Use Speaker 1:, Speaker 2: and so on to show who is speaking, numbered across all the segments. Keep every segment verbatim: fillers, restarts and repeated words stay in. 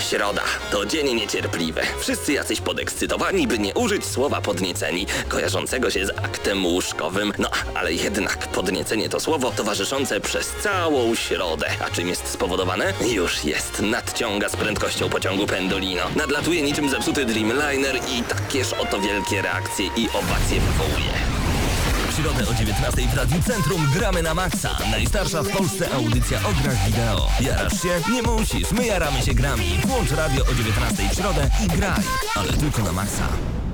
Speaker 1: Środa to dzień niecierpliwy. Wszyscy jacyś podekscytowani, by nie użyć słowa podnieceni, kojarzącego się z aktem łóżkowym. No, ale jednak podniecenie to słowo towarzyszące przez całą środę. A czym jest spowodowane? Już jest. Nadciąga z prędkością pociągu Pendolino. Nadlatuje niczym zepsuty Dreamliner i takież oto wielkie reakcje i owacje wywołuje.
Speaker 2: W środę o dziewiętnastej w Radiu Centrum gramy na maksa. Najstarsza w Polsce audycja o grach wideo. Jarasz się? Nie musisz, my jaramy się grami. Włącz radio o dziewiętnastej w środę i graj, ale tylko na maksa.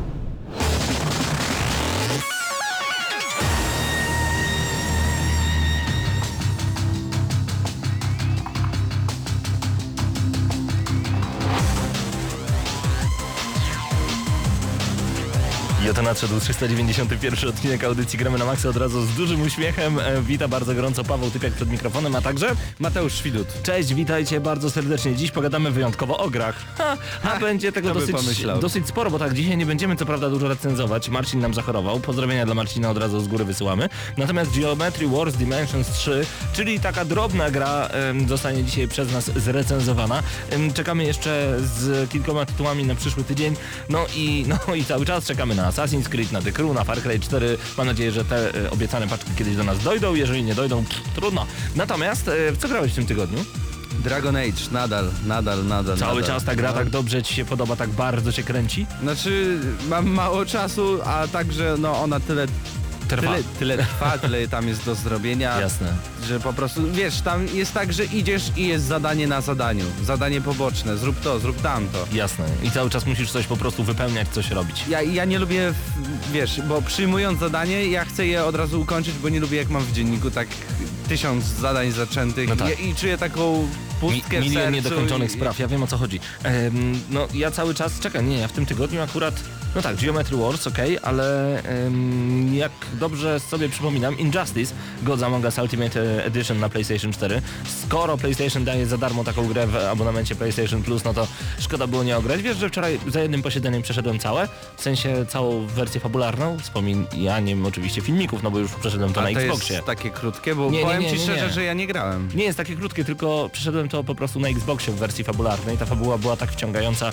Speaker 2: I oto nadszedł trzysta dziewięćdziesiąty pierwszy odcinek audycji Gramy na Maxa, od razu z dużym uśmiechem. E, wita bardzo gorąco Paweł Typiak przed mikrofonem, a także
Speaker 3: Mateusz Świdut.
Speaker 2: Cześć, witajcie bardzo serdecznie. Dziś pogadamy wyjątkowo o grach. Ha, a ha, będzie tego dosyć, dosyć sporo, bo tak, dzisiaj nie będziemy co prawda dużo recenzować. Marcin nam zachorował. Pozdrowienia dla Marcina od razu z góry wysyłamy. Natomiast Geometry Wars Dimensions trzy, czyli taka drobna gra, e, zostanie dzisiaj przez nas zrecenzowana. E, czekamy jeszcze z kilkoma tytułami na przyszły tydzień. No i, no i cały czas czekamy na Assassin's Creed, na The Crew, na Far Cry cztery. Mam nadzieję, że te e, obiecane paczki kiedyś do nas dojdą. Jeżeli nie dojdą, pff, trudno. Natomiast e, w co grałeś w tym tygodniu?
Speaker 3: Dragon Age, nadal, nadal, nadal.
Speaker 2: Cały
Speaker 3: nadal.
Speaker 2: czas ta gra
Speaker 3: no.
Speaker 2: tak dobrze ci się podoba, tak bardzo cię kręci?
Speaker 3: Znaczy, mam mało czasu, a także no ona tyle
Speaker 2: Trwa.
Speaker 3: Tyle, tyle trwa, tyle tam jest do zrobienia.
Speaker 2: Jasne.
Speaker 3: Że po prostu, wiesz, tam jest tak, że idziesz i jest zadanie na zadaniu. Zadanie poboczne, zrób to, zrób tamto.
Speaker 2: Jasne. I cały czas musisz coś po prostu wypełniać, coś robić.
Speaker 3: Ja, ja nie lubię, wiesz, bo przyjmując zadanie, ja chcę je od razu ukończyć, bo nie lubię jak mam w dzienniku tak tysiąc zadań zaczętych
Speaker 2: no tak.
Speaker 3: i, i czuję taką pustkę
Speaker 2: Mi,
Speaker 3: w
Speaker 2: milion
Speaker 3: sercu.
Speaker 2: niedokończonych
Speaker 3: i,
Speaker 2: spraw, ja wiem o co chodzi. Ehm, no ja cały czas czekam, nie, ja w tym tygodniu akurat, no tak, Geometry Wars, okej, okay, ale em, jak dobrze sobie przypominam, Injustice, Gods Among Us Ultimate Edition na PlayStation cztery. Skoro PlayStation daje za darmo taką grę w abonamencie PlayStation Plus, no to szkoda było nie ograć. Wiesz, że wczoraj za jednym posiedzeniem przeszedłem całe, w sensie całą wersję fabularną, z pominianiem oczywiście filmików, no bo już przeszedłem to
Speaker 3: A
Speaker 2: na
Speaker 3: to
Speaker 2: Xboxie.
Speaker 3: jest takie krótkie, bo
Speaker 2: Nie, nie,
Speaker 3: powiem
Speaker 2: nie,
Speaker 3: ci
Speaker 2: nie,
Speaker 3: szczerze,
Speaker 2: nie.
Speaker 3: że ja nie grałem.
Speaker 2: Nie jest takie krótkie, tylko przeszedłem to po prostu na Xboxie w wersji fabularnej. Ta fabuła była tak wciągająca,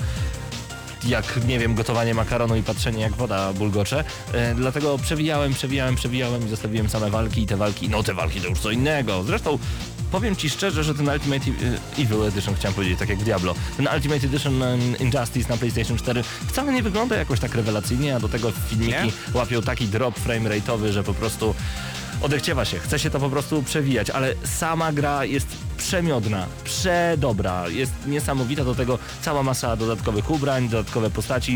Speaker 2: jak, nie wiem, gotowanie makaronu i patrzenie jak woda bulgocze. E, dlatego przewijałem, przewijałem, przewijałem i zostawiłem same walki i te walki, no te walki to już co innego. Zresztą powiem ci szczerze, że ten Ultimate Evil Edition, chciałem powiedzieć, tak jak w Diablo, ten Ultimate Edition Injustice na PlayStation cztery wcale nie wygląda jakoś tak rewelacyjnie, a do tego filmiki
Speaker 3: Nie?
Speaker 2: łapią taki drop frame rate'owy, że po prostu odechciewa się, chce się to po prostu przewijać, ale sama gra jest przemiodna, przedobra, jest niesamowita, do tego cała masa dodatkowych ubrań, dodatkowe postaci.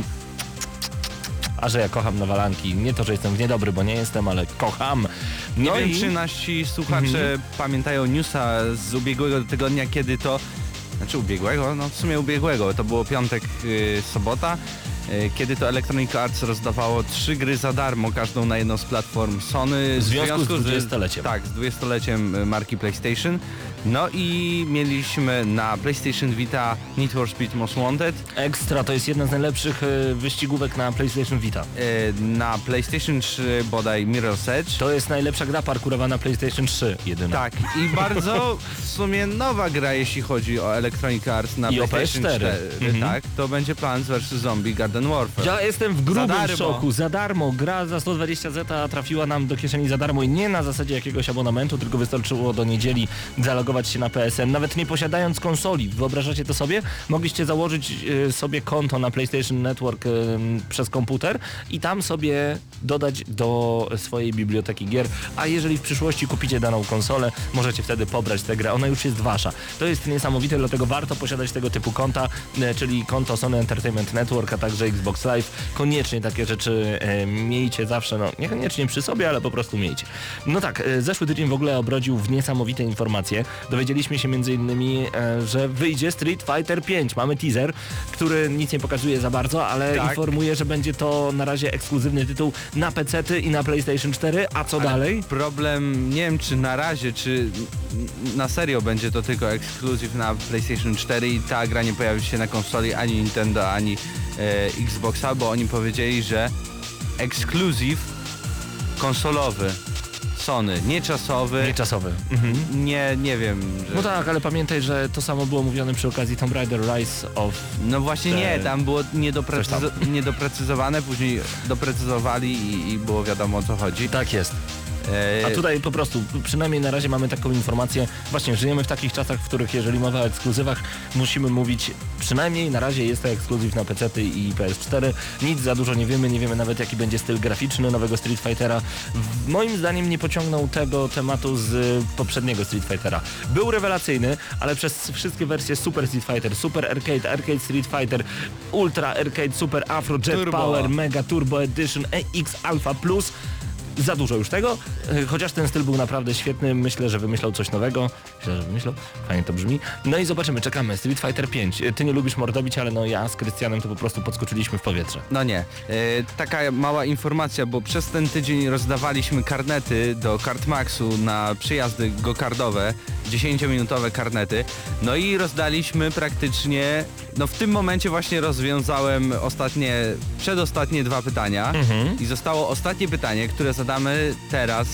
Speaker 2: A że ja kocham nawalanki, nie to, że jestem niedobry, bo nie jestem, ale kocham.
Speaker 3: Nie
Speaker 2: No
Speaker 3: wiem,
Speaker 2: i
Speaker 3: czy nasi słuchacze
Speaker 2: Mhm.
Speaker 3: pamiętają newsa z ubiegłego tygodnia, kiedy to, znaczy ubiegłego, no w sumie ubiegłego, to było piątek, yy, sobota, yy, kiedy to Electronic Arts rozdawało trzy gry za darmo, każdą na jedną z platform Sony.
Speaker 2: W związku z dwudziestoleciem.
Speaker 3: Tak, z dwudziestoleciem marki PlayStation. No i mieliśmy na PlayStation Vita Need for Speed Most Wanted.
Speaker 2: Extra to jest jedna z najlepszych y, wyścigówek na PlayStation Vita.
Speaker 3: Yy, na PlayStation trzy bodaj Mirror's Edge.
Speaker 2: To jest najlepsza gra parkurowa na PlayStation trzy, jedyna.
Speaker 3: Tak, i bardzo w sumie nowa gra, jeśli chodzi o Electronic Arts na
Speaker 2: I o
Speaker 3: PlayStation
Speaker 2: P S cztery.
Speaker 3: cztery.
Speaker 2: Mhm.
Speaker 3: Tak, to będzie Plants versus. Zombie Garden Warfare.
Speaker 2: Ja jestem w grubym
Speaker 3: Za darmo.
Speaker 2: szoku, za darmo. Gra za sto dwadzieścia zeta trafiła nam do kieszeni za darmo i nie na zasadzie jakiegoś abonamentu, tylko wystarczyło do niedzieli zalogować się na P S N. Nawet nie posiadając konsoli, wyobrażacie to sobie? Mogliście założyć y, sobie konto na PlayStation Network y, przez komputer i tam sobie dodać do swojej biblioteki gier, a jeżeli w przyszłości kupicie daną konsolę, możecie wtedy pobrać tę grę, ona już jest wasza. To jest niesamowite, dlatego warto posiadać tego typu konta, y, czyli konto Sony Entertainment Network, a także Xbox Live. Koniecznie takie rzeczy y, miejcie zawsze, no niekoniecznie przy sobie, ale po prostu miejcie. No tak, y, zeszły tydzień w ogóle obrodził w niesamowite informacje. Dowiedzieliśmy się między innymi, e, że wyjdzie Street Fighter pięć. Mamy teaser, który nic nie pokazuje za bardzo, ale
Speaker 3: Tak.
Speaker 2: informuje, że będzie to na razie ekskluzywny tytuł na pecety i na PlayStation cztery, a co
Speaker 3: Ale
Speaker 2: dalej?
Speaker 3: Problem, nie wiem czy na razie, czy na serio będzie to tylko ekskluzyw na PlayStation cztery i ta gra nie pojawi się na konsoli ani Nintendo, ani e, Xboxa, bo oni powiedzieli, że ekskluzyw konsolowy skrócony, nieczasowy,
Speaker 2: Nieczasowy. Mhm.
Speaker 3: nie, nie wiem. Że...
Speaker 2: No tak, ale pamiętaj, że to samo było mówione przy okazji Tomb Raider Rise of...
Speaker 3: No właśnie
Speaker 2: te-
Speaker 3: nie, tam było niedoprecyzo-
Speaker 2: Coś
Speaker 3: niedoprecyzowane, później doprecyzowali i, i było wiadomo o co chodzi.
Speaker 2: Tak jest.
Speaker 3: E,
Speaker 2: A tutaj po prostu, przynajmniej na razie mamy taką informację, właśnie żyjemy w takich czasach, w których jeżeli mowa o ekskluzywach, musimy mówić, przynajmniej na razie jest to ekskluzyw na pecety i P S cztery, nic za dużo nie wiemy, nie wiemy nawet jaki będzie styl graficzny nowego Street Fightera. W, moim zdaniem nie pociągnął tego tematu z poprzedniego Street Fightera. Był rewelacyjny, ale przez wszystkie wersje Super Street Fighter, Super Arcade, Arcade Street Fighter, Ultra Arcade, Super Afro, Jet
Speaker 3: Turbo.
Speaker 2: Power, Mega Turbo Edition, E X Alpha Plus, za dużo już tego, e, chociaż ten styl był naprawdę świetny, myślę, że wymyślał coś nowego, myślę, że wymyślał, fajnie to brzmi. No i zobaczymy, czekamy, Street Fighter pięć. E, Ty nie lubisz mordobić, ale no ja z Krystianem to po prostu podskoczyliśmy w powietrze.
Speaker 3: No nie. E, taka mała informacja, bo przez ten tydzień rozdawaliśmy karnety do Kartmaxu na przyjazdy go-kardowe, dziesięciominutowe karnety. No i rozdaliśmy praktycznie, no w tym momencie właśnie rozwiązałem ostatnie, przedostatnie dwa pytania
Speaker 2: Mhm.
Speaker 3: i zostało ostatnie pytanie, które zadamy teraz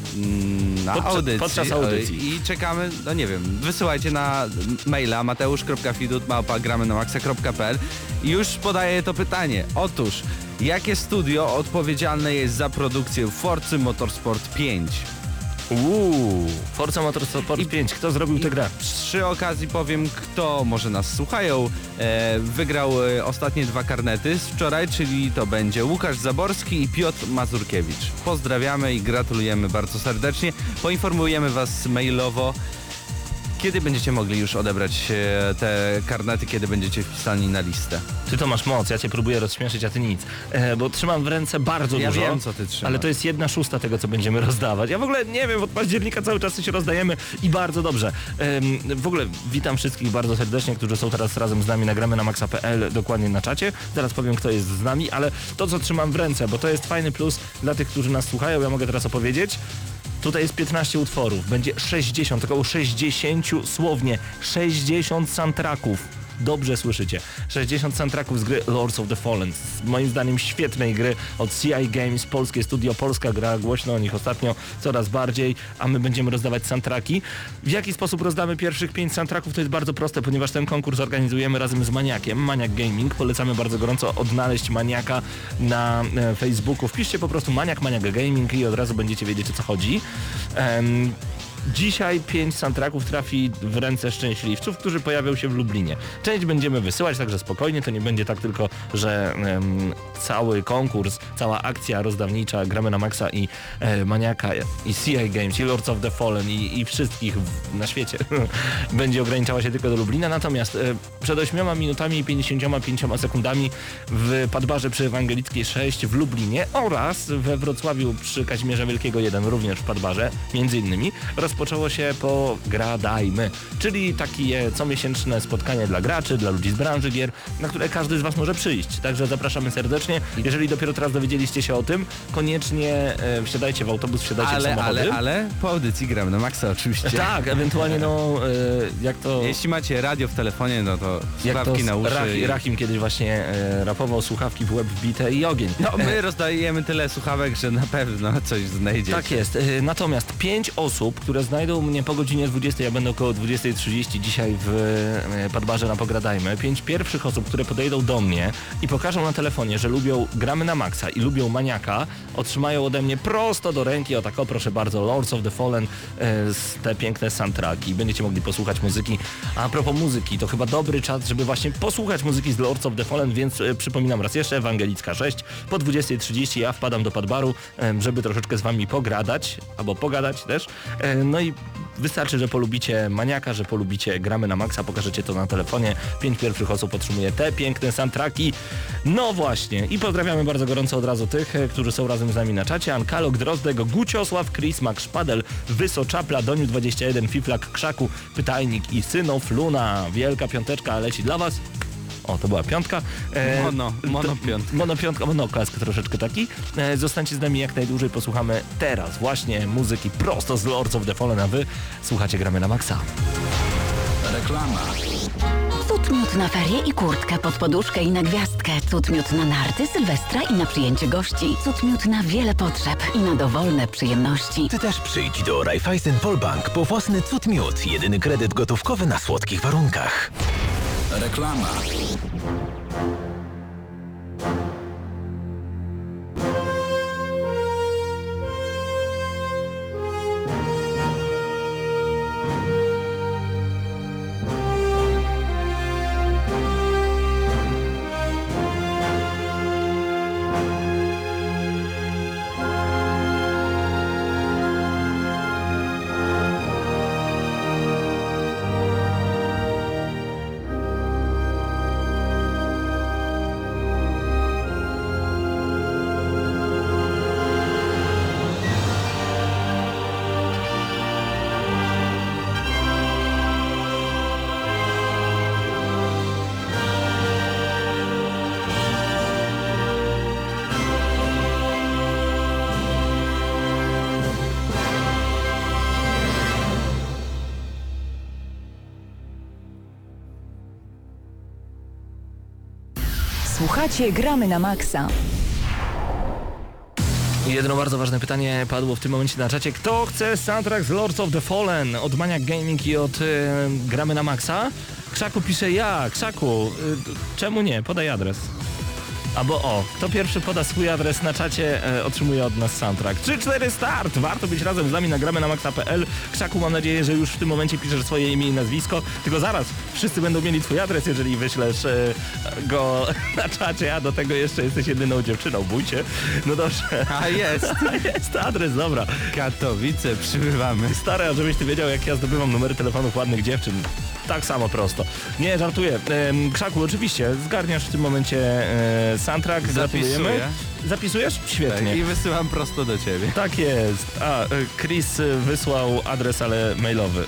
Speaker 3: mm, na
Speaker 2: Podczas-
Speaker 3: audycji.
Speaker 2: podczas audycji.
Speaker 3: I czekamy, no nie wiem, wysyłajcie na maila mateusz kropka fidut małpa gramy na maxa kropka p l i już podaję to pytanie. Otóż, jakie studio odpowiedzialne jest za produkcję Forcy Motorsport pięć?
Speaker 2: Uuu, Forza Motorsport
Speaker 3: I-
Speaker 2: pięć, kto zrobił tę grę?
Speaker 3: Przy okazji powiem, kto może nas słuchają. E, wygrał e, ostatnie dwa karnety z wczoraj, czyli to będzie Łukasz Zaborski i Piotr Mazurkiewicz. Pozdrawiamy i gratulujemy bardzo serdecznie. Poinformujemy was mailowo, kiedy będziecie mogli już odebrać e, te karnety, kiedy będziecie wpisani na listę.
Speaker 2: Ty to masz moc, ja cię próbuję rozśmieszyć, a ty nic. E, bo trzymam w ręce bardzo
Speaker 3: Ja
Speaker 2: dużo.
Speaker 3: wiem, co ty trzymasz.
Speaker 2: Ale to jest jedna szósta tego, co będziemy rozdawać. Ja w ogóle nie wiem, od października cały czas się rozdajemy i bardzo dobrze. Em, w ogóle witam wszystkich bardzo serdecznie, którzy są teraz razem z nami, nagramy na maxa kropka p l, dokładnie na czacie. Zaraz powiem, kto jest z nami, ale to, co trzymam w ręce, bo to jest fajny plus dla tych, którzy nas słuchają, ja mogę teraz opowiedzieć. Tutaj jest piętnaście utworów, będzie sześćdziesiąt, około sześćdziesiąt słownie, sześćdziesiąt soundtracków. Dobrze słyszycie. sześćdziesiąt soundtracków z gry Lords of the Fallen. Z moim zdaniem świetnej gry od C I Games, polskie studio, polska gra, głośno o nich ostatnio coraz bardziej, a my będziemy rozdawać soundtracki. W jaki sposób rozdamy pierwszych pięć soundtracków? To jest bardzo proste, ponieważ ten konkurs organizujemy razem z Maniakiem, Maniak Gaming. Polecamy bardzo gorąco odnaleźć Maniaka na e, Facebooku. Wpiszcie po prostu Maniak, Maniak Gaming i od razu będziecie wiedzieć, o co chodzi. Em, Dzisiaj pięć soundtracków trafi w ręce szczęśliwców, którzy pojawią się w Lublinie. Część będziemy wysyłać, także spokojnie, to nie będzie tak tylko, że em, cały konkurs, cała akcja rozdawnicza Gramy na Maxa i e, Maniaka i C I Games i Lords of the Fallen i, i wszystkich w, na świecie będzie ograniczała się tylko do Lublina, natomiast e, przed ośmioma minutami i pięćdziesięcioma pięcioma sekundami w Padbarze przy Ewangelickiej sześć w Lublinie oraz we Wrocławiu przy Kazimierza Wielkiego jeden, również w Padbarze, między innymi, rozpoczęło się Pogradajmy, czyli takie comiesięczne spotkanie dla graczy, dla ludzi z branży gier, na które każdy z was może przyjść. Także zapraszamy serdecznie. Jeżeli dopiero teraz dowiedzieliście się o tym, koniecznie e, wsiadajcie w autobus, wsiadajcie w
Speaker 3: Ale,
Speaker 2: samochody.
Speaker 3: ale, ale po audycji gramy na Maxa oczywiście.
Speaker 2: Tak, ewentualnie no, e, jak to...
Speaker 3: Jeśli macie radio w telefonie, no to
Speaker 2: Jak to
Speaker 3: słuchawki na uszy.
Speaker 2: Rach,
Speaker 3: i-
Speaker 2: Rachim kiedyś właśnie e, rapował, słuchawki w łeb wbite i ogień.
Speaker 3: No my rozdajemy tyle słuchawek, że na pewno coś znajdziecie.
Speaker 2: Tak jest. E, Natomiast pięć osób, które znajdą mnie po godzinie dwudziestej, ja będę około dwudziestej trzydzieści dzisiaj w e, Padbarze na Pogradajmy. Pięć pierwszych osób, które podejdą do mnie i pokażą na telefonie, że lubią Gramy na Maxa i lubią Maniaka, otrzymają ode mnie prosto do ręki, o tak o proszę bardzo, Lords of the Fallen, e, z te piękne soundtracki. Będziecie mogli posłuchać muzyki. A propos muzyki, to chyba dobry czas, żeby właśnie posłuchać muzyki z Lords of the Fallen, więc e, przypominam raz jeszcze, Ewangelicka sześć, po dwudziestej trzydzieści ja wpadam do Padbaru, e, żeby troszeczkę z wami pogradać, albo pogadać też. E, no i wystarczy, że polubicie Maniaka, że polubicie Gramy na Maxa, pokażecie to na telefonie. Pięć pierwszych osób otrzymuje te piękne soundtracki. No właśnie. I pozdrawiamy bardzo gorąco od razu tych, e, którzy są razem z nami na czacie. Ankalog, Drozdego, Guciosław, Chris, Max Szpadel, Wyso, Czapla, Doniu dwadzieścia jeden, Fiflak, Krzaku, Pytajnik i Synow, Luna. Wielka piąteczka leci dla was. O, to była piątka. E,
Speaker 3: Mono, mono piątka.
Speaker 2: Monopiątka, monoklask troszeczkę taki. E, zostańcie z nami jak najdłużej, posłuchamy teraz właśnie muzyki prosto z Lords of the Fallen, a wy słuchacie Gramy na Maxa.
Speaker 4: Reklama. Cud miód na ferie i kurtkę pod poduszkę i na gwiazdkę. Cud miód na narty, sylwestra i na przyjęcie gości. Cud miód na wiele potrzeb i na dowolne przyjemności.
Speaker 5: Ty też przyjdź do Raiffeisen Polbank po własny cud miód. Jedyny kredyt gotówkowy na słodkich warunkach.
Speaker 6: Reklama.
Speaker 7: Słuchacie, gramy na maksa.
Speaker 2: Jedno bardzo ważne pytanie padło w tym momencie na czacie. Kto chce soundtrack z Lords of the Fallen od Maniac Gaming i od y, Gramy na Maxa? Krzaku pisze ja. Krzaku, y, czemu nie? Podaj adres. Albo o, kto pierwszy poda swój adres na czacie, e, otrzymuje od nas soundtrack. trzy cztery start! Warto być razem z nami, nagramy na maxa kropka p l. Krzaku, mam nadzieję, że już w tym momencie piszesz swoje imię i nazwisko, tylko zaraz wszyscy będą mieli twój adres, jeżeli wyślesz e, go na czacie, a do tego jeszcze jesteś jedyną dziewczyną, bójcie. No dobrze.
Speaker 3: A jest!
Speaker 2: Jest adres, dobra.
Speaker 3: Katowice, przybywamy.
Speaker 2: Stary, a żebyś ty wiedział, jak ja zdobywam numery telefonów ładnych dziewczyn. Tak samo prosto. Nie, żartuję. Ehm, Krzaku, oczywiście, zgarniasz w tym momencie e, soundtrack. Gratulujemy.
Speaker 3: Zapisuję.
Speaker 2: Zapisujesz? Świetnie.
Speaker 3: Tak, i wysyłam prosto do ciebie.
Speaker 2: Tak jest. A, e, Chris e, wysłał adres, ale mailowy.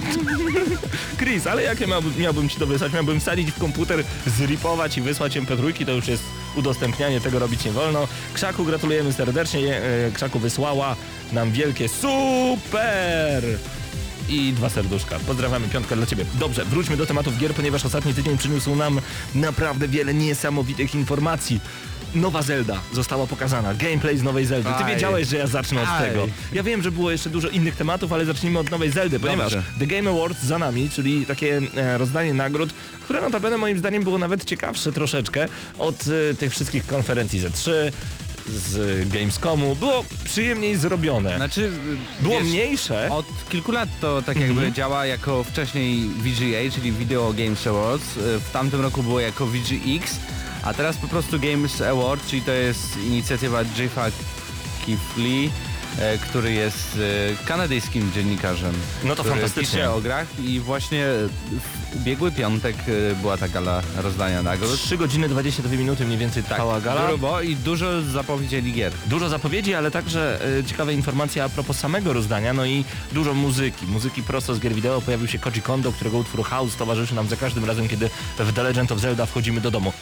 Speaker 2: Chris, ale jakie miałbym, miałbym ci to wysłać? Miałbym wsadzić w komputer, zripować i wysłać em pe trzy, to już jest udostępnianie, tego robić nie wolno. Krzaku, gratulujemy serdecznie. E, Krzaku wysłała nam wielkie super! I dwa serduszka. Pozdrawiamy, piątka dla ciebie. Dobrze, wróćmy do tematów gier, ponieważ ostatni tydzień przyniósł nam naprawdę wiele niesamowitych informacji. Nowa Zelda została pokazana, gameplay z nowej Zeldy. Ty
Speaker 3: Aj.
Speaker 2: wiedziałeś, że ja zacznę od
Speaker 3: Aj.
Speaker 2: tego. Ja wiem, że było jeszcze dużo innych tematów, ale zacznijmy od nowej Zeldy, ponieważ
Speaker 3: Dobrze.
Speaker 2: The Game Awards za nami, czyli takie e, rozdanie nagród, które notabene moim zdaniem było nawet ciekawsze troszeczkę od e, tych wszystkich konferencji Z trzy, z Gamescomu. Było przyjemniej zrobione.
Speaker 3: Znaczy,
Speaker 2: Było
Speaker 3: wiesz,
Speaker 2: mniejsze.
Speaker 3: Od kilku lat to tak jakby
Speaker 2: Mhm.
Speaker 3: działa jako wcześniej V G A, czyli Video Games Awards. W tamtym roku było jako V G X, a teraz po prostu Games Award, czyli to jest inicjatywa Jeffa Keighley, e, który jest e, kanadyjskim dziennikarzem.
Speaker 2: No to
Speaker 3: który
Speaker 2: fantastycznie.
Speaker 3: pisze o grach i właśnie w ubiegły piątek e, była ta gala rozdania nagród.
Speaker 2: trzy godziny dwadzieścia dwie minuty mniej więcej trwała gala.
Speaker 3: Grubo i dużo zapowiedzieli gier.
Speaker 2: Dużo zapowiedzi, ale także e, ciekawe informacje a propos samego rozdania, no i dużo muzyki. Muzyki prosto z gier wideo. Pojawił się Koji Kondo, którego utwór House towarzyszy nam za każdym razem, kiedy w The Legend of Zelda wchodzimy do domu.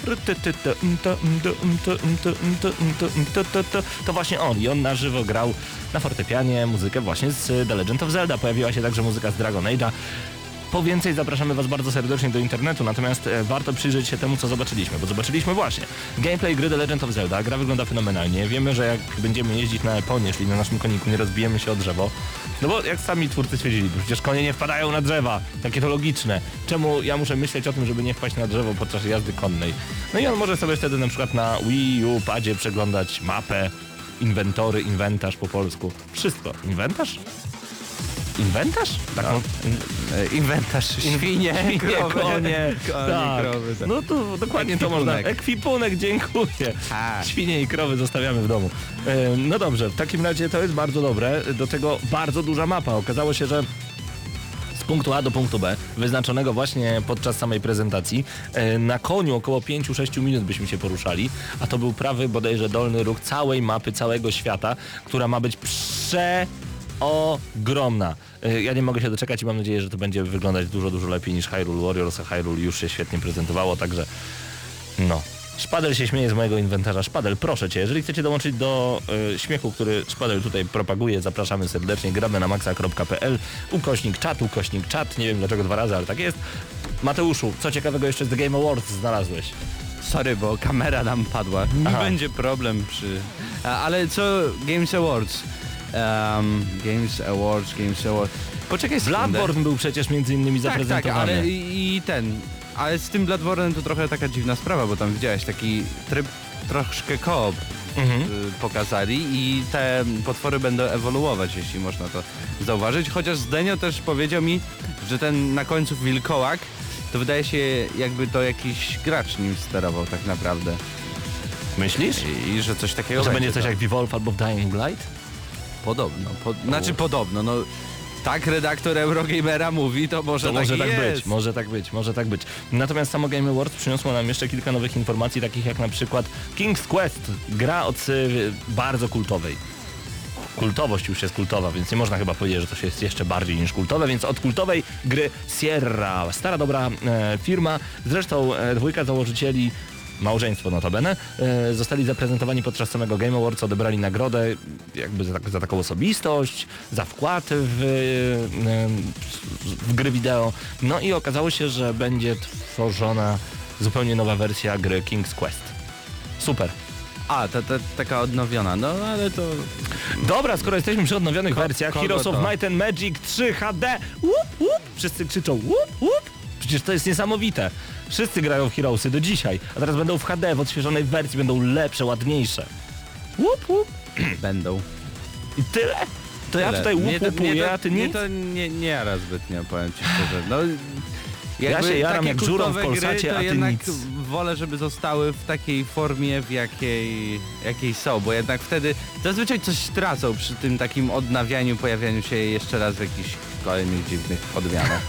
Speaker 2: To właśnie on i on na żywo grał na fortepianie muzykę właśnie z The Legend of Zelda. Pojawiła się także muzyka z Dragon Age'a. Po więcej zapraszamy Was bardzo serdecznie do internetu, natomiast e, warto przyjrzeć się temu, co zobaczyliśmy, bo zobaczyliśmy właśnie gameplay gry The Legend of Zelda. Gra wygląda fenomenalnie. Wiemy, że jak będziemy jeździć na Eponie, czyli na naszym koniku, nie rozbijemy się o drzewo. No bo jak sami twórcy stwierdzili, przecież konie nie wpadają na drzewa. Takie to logiczne. Czemu ja muszę myśleć o tym, żeby nie wpaść na drzewo podczas jazdy konnej? No i on może sobie wtedy na przykład na Wii U, padzie przeglądać mapę, inwentory, inwentarz po polsku. Wszystko. Inwentarz? Inwentarz? Tak, no.
Speaker 3: E, Inwentarz, świnie,
Speaker 2: Świnie,
Speaker 3: krowy,
Speaker 2: konie,
Speaker 3: konie,
Speaker 2: tak.
Speaker 3: krowy. Tak.
Speaker 2: No to dokładnie to można.
Speaker 3: Ekwipunek.
Speaker 2: Ekwipunek, dziękuję.
Speaker 3: Tak.
Speaker 2: Świnie i krowy zostawiamy w domu. E, no dobrze, w takim razie to jest bardzo dobre. Do tego bardzo duża mapa. Okazało się, że z punktu A do punktu B, wyznaczonego właśnie podczas samej prezentacji, e, na koniu około pięć do sześciu minut byśmy się poruszali, a to był prawy bodajże dolny róg całej mapy, całego świata, która ma być prze... ogromna. Y, Ja nie mogę się doczekać i mam nadzieję, że to będzie wyglądać dużo, dużo lepiej niż Hyrule Warriors, a Hyrule już się świetnie prezentowało, także no. Szpadel się śmieje z mojego inwentarza. Szpadel, proszę Cię, jeżeli chcecie dołączyć do y, śmiechu, który Szpadel tutaj propaguje, zapraszamy serdecznie. Gramy na maxa kropka p l, ukośnik czat, ukośnik czat, nie wiem dlaczego dwa razy, ale tak jest. Mateuszu, co ciekawego jeszcze z The Game Awards znalazłeś?
Speaker 3: Sorry, bo kamera nam padła.
Speaker 2: Aha.
Speaker 3: Będzie problem przy... A, ale co Games Awards? Um, Games Awards, Games Awards... Poczekaj sekundę.
Speaker 2: Bloodborne był przecież między innymi
Speaker 3: Tak,
Speaker 2: zaprezentowany.
Speaker 3: tak, ale i, i ten... Ale z tym Bloodborne'em to trochę taka dziwna sprawa, bo tam widziałeś taki tryb troszkę koop
Speaker 2: Mhm.
Speaker 3: y, pokazali i te potwory będą ewoluować, jeśli można to zauważyć. Chociaż Zdenio też powiedział mi, że ten na końcu wilkołak to wydaje się jakby to jakiś gracz nim sterował tak naprawdę.
Speaker 2: Myślisz?
Speaker 3: I, i że coś takiego
Speaker 2: Że będzie
Speaker 3: będzie
Speaker 2: coś
Speaker 3: tam.
Speaker 2: jak Evolve albo w Dying Light?
Speaker 3: Podobno. Po, znaczy podobno, no tak redaktor Eurogamera mówi, to może
Speaker 2: To
Speaker 3: tak
Speaker 2: może tak
Speaker 3: jest.
Speaker 2: być, może tak być, może tak być. Natomiast samo Game Awards przyniosło nam jeszcze kilka nowych informacji, takich jak na przykład King's Quest, gra od y, bardzo kultowej. Kultowość już jest kultowa, więc nie można chyba powiedzieć, że to jest jeszcze bardziej niż kultowe, więc od kultowej gry Sierra, stara dobra e, firma, zresztą e, dwójka założycieli, małżeństwo notabene, e, zostali zaprezentowani podczas samego Game Awards, odebrali nagrodę jakby za, za taką osobistość, za wkład w, e, w gry wideo, no i okazało się, że będzie tworzona zupełnie nowa wersja gry King's Quest. Super.
Speaker 3: A, ta, ta, taka odnowiona, no ale to...
Speaker 2: Dobra, skoro jesteśmy przy odnowionych
Speaker 3: Ko-
Speaker 2: wersjach,
Speaker 3: kogo
Speaker 2: Heroes of
Speaker 3: to?
Speaker 2: Might and Magic trzy H D, łup, łup, wszyscy krzyczą łup, łup, przecież to jest niesamowite. Wszyscy grają w Heroesy do dzisiaj, a teraz będą w H D, w odświeżonej wersji, będą lepsze, ładniejsze. Łup, łup.
Speaker 3: Będą.
Speaker 2: I tyle? To ja
Speaker 3: Tyle.
Speaker 2: tutaj
Speaker 3: Mnie
Speaker 2: łup,
Speaker 3: to- mnie
Speaker 2: łupuję,
Speaker 3: to-
Speaker 2: a ty
Speaker 3: mnie
Speaker 2: nic?
Speaker 3: to nie, nie jara zbytnio, powiem ci szczerze. No, jakby
Speaker 2: się jaram
Speaker 3: takie
Speaker 2: jak żuraw w
Speaker 3: kultowe
Speaker 2: Polsacie,
Speaker 3: gry, to
Speaker 2: a ty
Speaker 3: jednak
Speaker 2: nic.
Speaker 3: wolę, żeby zostały w takiej formie, w jakiej, jakiej są, bo jednak wtedy zazwyczaj coś tracą przy tym takim odnawianiu, pojawianiu się jeszcze raz w jakichś kolejnych dziwnych odmianach.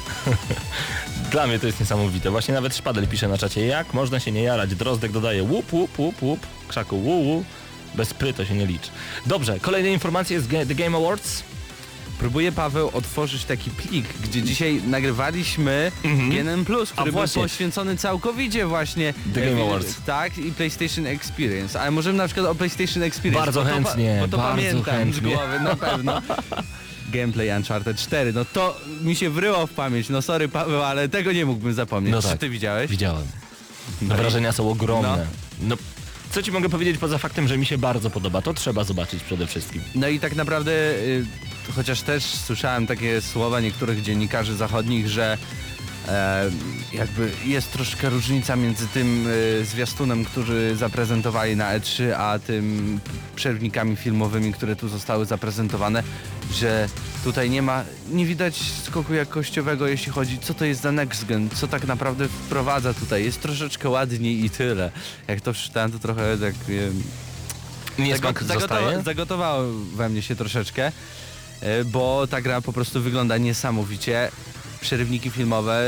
Speaker 2: Dla mnie to jest niesamowite. Właśnie nawet Szpadel pisze na czacie, jak można się nie jarać. Drozdek dodaje łup, łup, łup, łup, krzaku wu, wu. Bez pry to się nie liczy. Dobrze, kolejne informacje z Ga- The Game Awards.
Speaker 3: Próbuję, Paweł, otworzyć taki plik, gdzie dzisiaj nagrywaliśmy
Speaker 2: Mhm.
Speaker 3: G N M plus, który był
Speaker 2: właśnie.
Speaker 3: poświęcony całkowicie właśnie
Speaker 2: The Game
Speaker 3: e,
Speaker 2: Awards.
Speaker 3: Tak, i PlayStation Experience. Ale możemy na przykład o PlayStation Experience.
Speaker 2: Bardzo
Speaker 3: bo to, pa-
Speaker 2: chętnie,
Speaker 3: Bo to
Speaker 2: bardzo
Speaker 3: pamiętam
Speaker 2: chętnie.
Speaker 3: z głowy, na pewno. Gameplay Uncharted cztery, no to mi się wryło w pamięć. No sorry, Paweł, ale tego nie mógłbym zapomnieć.
Speaker 2: No
Speaker 3: Czy
Speaker 2: tak.
Speaker 3: ty widziałeś?
Speaker 2: Widziałem.
Speaker 3: No i-
Speaker 2: Wrażenia są ogromne. No. Co ci mogę powiedzieć poza faktem, że mi się bardzo podoba? To trzeba zobaczyć przede wszystkim.
Speaker 3: No i tak naprawdę, y, chociaż też słyszałem takie słowa niektórych dziennikarzy zachodnich, że e, jakby jest troszkę różnica między tym y, zwiastunem, który zaprezentowali na E trzy, a tym przerwnikami filmowymi, które tu zostały zaprezentowane, że tutaj nie ma, nie widać skoku jakościowego, jeśli chodzi, co to jest za next gen, co tak naprawdę wprowadza tutaj. Jest troszeczkę ładniej i tyle. Jak to przeczytałem, to trochę tak... wiem,
Speaker 2: Niesmak
Speaker 3: Zago-
Speaker 2: zostaje?
Speaker 3: zagotowa- zagotowało we mnie się troszeczkę, e, bo ta gra po prostu wygląda niesamowicie. Przerywniki filmowe,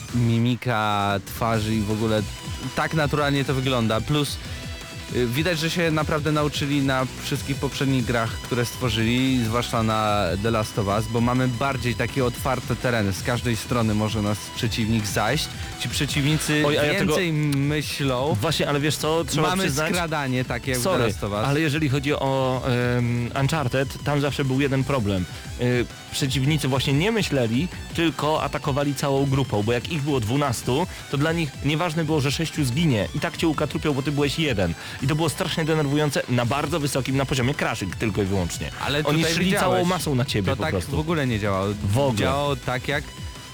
Speaker 3: mimika twarzy i w ogóle tak naturalnie to wygląda. Plus y, widać, że się naprawdę nauczyli na wszystkich poprzednich grach, które stworzyli, zwłaszcza na The Last of Us, bo mamy bardziej takie otwarte tereny. Z każdej strony może nas przeciwnik zajść. Ci przeciwnicy
Speaker 2: Oj, a ja
Speaker 3: więcej myślą.
Speaker 2: Właśnie, ale wiesz co, trzeba
Speaker 3: Mamy
Speaker 2: przyznać...
Speaker 3: skradanie takie jak w The
Speaker 2: Sorry,
Speaker 3: Last of Us.
Speaker 2: ale jeżeli chodzi o um, Uncharted, tam zawsze był jeden problem. Y, przeciwnicy właśnie nie myśleli, tylko atakowali całą grupą, bo jak ich było dwunastu, to dla nich nieważne było, że sześciu zginie. I tak cię ukatrupią, bo ty byłeś jeden. I to było strasznie denerwujące na bardzo wysokim, na poziomie crashing tylko i wyłącznie.
Speaker 3: Ale
Speaker 2: Oni
Speaker 3: tutaj
Speaker 2: szli
Speaker 3: widziałeś,
Speaker 2: całą masą na ciebie
Speaker 3: To
Speaker 2: po
Speaker 3: tak
Speaker 2: prostu.
Speaker 3: w ogóle nie działało.
Speaker 2: W ogóle.
Speaker 3: Działało tak jak y,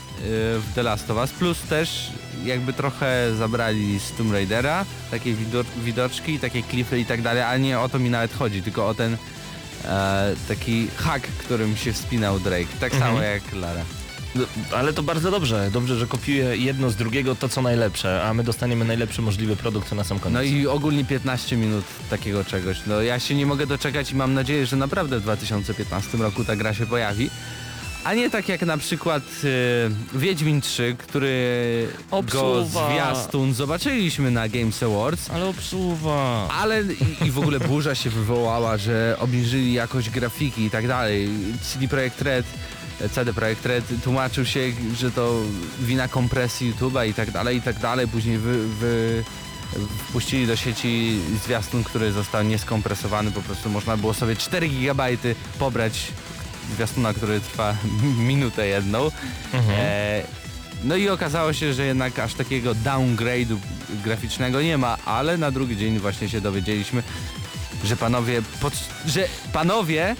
Speaker 3: w The Last of Us, plus też jakby trochę zabrali z Tomb Raidera, takie widor- widoczki, takie klify i tak dalej, ale nie o to mi nawet chodzi, tylko o ten e, taki hak, którym się wspinał Drake. Tak
Speaker 2: Mhm.
Speaker 3: samo jak Lara.
Speaker 2: No, ale to bardzo dobrze. Dobrze, że kopiuje jedno z drugiego to, co najlepsze, a my dostaniemy najlepszy możliwy produkt na sam koniec.
Speaker 3: No i ogólnie piętnaście minut takiego czegoś. No ja się nie mogę doczekać i mam nadzieję, że naprawdę w dwa tysiące piętnastym roku ta gra się pojawi. A nie tak jak na przykład e, Wiedźmin trzy, który go
Speaker 2: Obsuwa.
Speaker 3: zwiastun zobaczyliśmy na Games Awards.
Speaker 2: Ale obsuwa.
Speaker 3: Ale i, i w ogóle burza się wywołała, że obniżyli jakość grafiki i tak dalej. C D Projekt Red, C D Projekt Red tłumaczył się, że to wina kompresji YouTube'a i tak dalej, i tak dalej. Później wy, wy, wpuścili do sieci zwiastun, który został nieskompresowany. Po prostu można było sobie cztery gigabajty pobrać zwiastuna, który trwa minutę jedną.
Speaker 2: Mhm.
Speaker 3: E, No i okazało się, że jednak aż takiego downgrade'u graficznego nie ma, ale na drugi dzień właśnie się dowiedzieliśmy, że panowie, pod, że panowie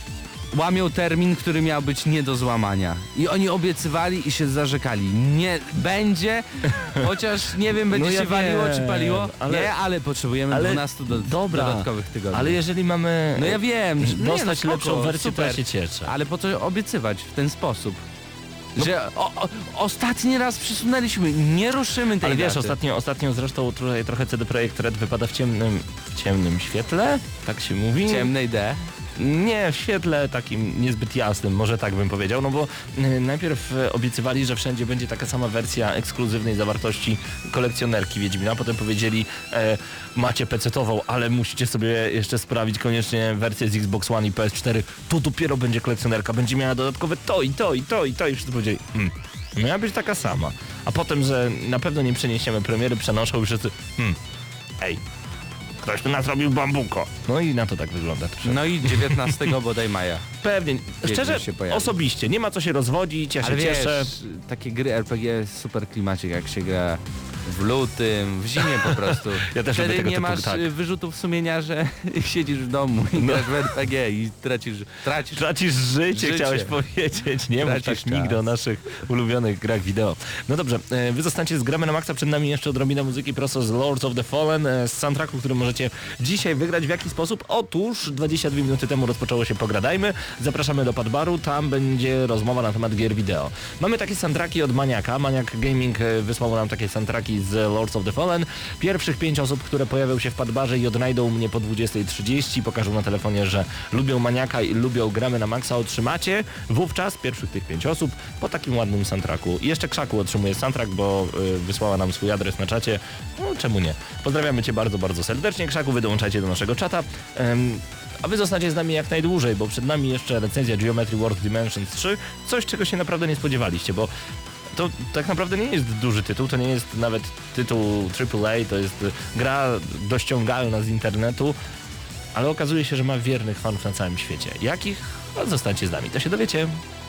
Speaker 3: łamią termin, który miał być nie do złamania. I oni obiecywali i się zarzekali. Nie będzie, chociaż nie wiem, będzie
Speaker 2: No ja
Speaker 3: się waliło
Speaker 2: wiem,
Speaker 3: czy paliło.
Speaker 2: ale-
Speaker 3: nie, ale potrzebujemy
Speaker 2: ale-
Speaker 3: dwunastu do,
Speaker 2: dobra,
Speaker 3: dodatkowych tygodni.
Speaker 2: Ale jeżeli mamy
Speaker 3: No ja wiem, że- nie,
Speaker 2: dostać
Speaker 3: no spoko,
Speaker 2: lepszą wersję, to ja
Speaker 3: super.
Speaker 2: się cieszę.
Speaker 3: Ale po co obiecywać w ten sposób?
Speaker 2: No-
Speaker 3: Że o, o, ostatni raz przesunęliśmy, nie ruszymy tej
Speaker 2: Ale wiesz,
Speaker 3: daty.
Speaker 2: ostatnio, ostatnio zresztą trochę, trochę C D Projekt Red wypada w ciemnym, w ciemnym świetle, tak się mówi.
Speaker 3: Ciemnej D.
Speaker 2: Nie, w świetle takim niezbyt jasnym, może tak bym powiedział, no bo y, najpierw y, obiecywali, że wszędzie będzie taka sama wersja ekskluzywnej zawartości kolekcjonerki Wiedźmina, a potem powiedzieli, e, macie pecetową, ale musicie sobie jeszcze sprawić koniecznie wersję z Xbox One i P S cztery, to dopiero będzie kolekcjonerka, będzie miała dodatkowe to i to i to i to i wszyscy powiedzieli, hmm, miała być taka sama, a potem, że na pewno nie przeniesiemy premiery, przenoszą i wszyscy, hmm, ej, ktoś tu nas robił bambuko. No i na to tak wygląda.
Speaker 3: No i dziewiętnastego bodaj maja.
Speaker 2: Pewnie. Szczerze,
Speaker 3: się pojawi.
Speaker 2: osobiście, nie ma co się rozwodzić, ja się
Speaker 3: Ale wiesz,
Speaker 2: cieszę.
Speaker 3: takie gry R P G jest super klimacik, jak się gra w lutym, w zimie po prostu.
Speaker 2: Ja też lubię
Speaker 3: Wtedy
Speaker 2: tego
Speaker 3: nie
Speaker 2: typu,
Speaker 3: masz
Speaker 2: tak.
Speaker 3: y, wyrzutów sumienia, że siedzisz w domu i
Speaker 2: No.
Speaker 3: grasz w R P G i tracisz, tracisz
Speaker 2: Tracisz życie,
Speaker 3: Życie.
Speaker 2: chciałeś powiedzieć. Nie mów tak
Speaker 3: Tracisz
Speaker 2: nigdy
Speaker 3: czas.
Speaker 2: o naszych ulubionych grach wideo. No dobrze, e, wy zostańcie z Gramy na Maxa, przed nami jeszcze odrobina muzyki prosto z Lords of the Fallen, e, z soundtracku, który możecie dzisiaj wygrać. W jaki sposób? Otóż dwadzieścia dwie minuty temu rozpoczęło się Pogradajmy. Zapraszamy do Padbaru, tam będzie rozmowa na temat gier wideo. Mamy takie soundtracki od Maniaka. Maniak Gaming e, wysłał nam takie soundtracki z Lords of the Fallen. Pierwszych pięć osób, które pojawią się w Padbarze i odnajdą mnie po dwudziestej trzydzieści, pokażą na telefonie, że lubią Maniaka i lubią Gramy na Maxa, otrzymacie wówczas pierwszych tych pięć osób po takim ładnym soundtracku. I jeszcze Krzaku otrzymuje soundtrack, bo y, wysłała nam swój adres na czacie. No czemu nie? Pozdrawiamy Cię bardzo, bardzo serdecznie. Krzaku, wy dołączajcie do naszego czata. Ym, a wy zostaniecie z nami jak najdłużej, bo przed nami jeszcze recenzja Geometry Wars Dimensions trzy. Coś, czego się naprawdę nie spodziewaliście, bo to tak naprawdę nie jest duży tytuł, to nie jest nawet tytuł triple A, to jest gra dościągalna z internetu, ale okazuje się, że ma wiernych fanów na całym świecie. Jakich? No, zostańcie z nami, to się dowiecie.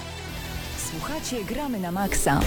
Speaker 6: Słuchacie, Gramy na Maxa.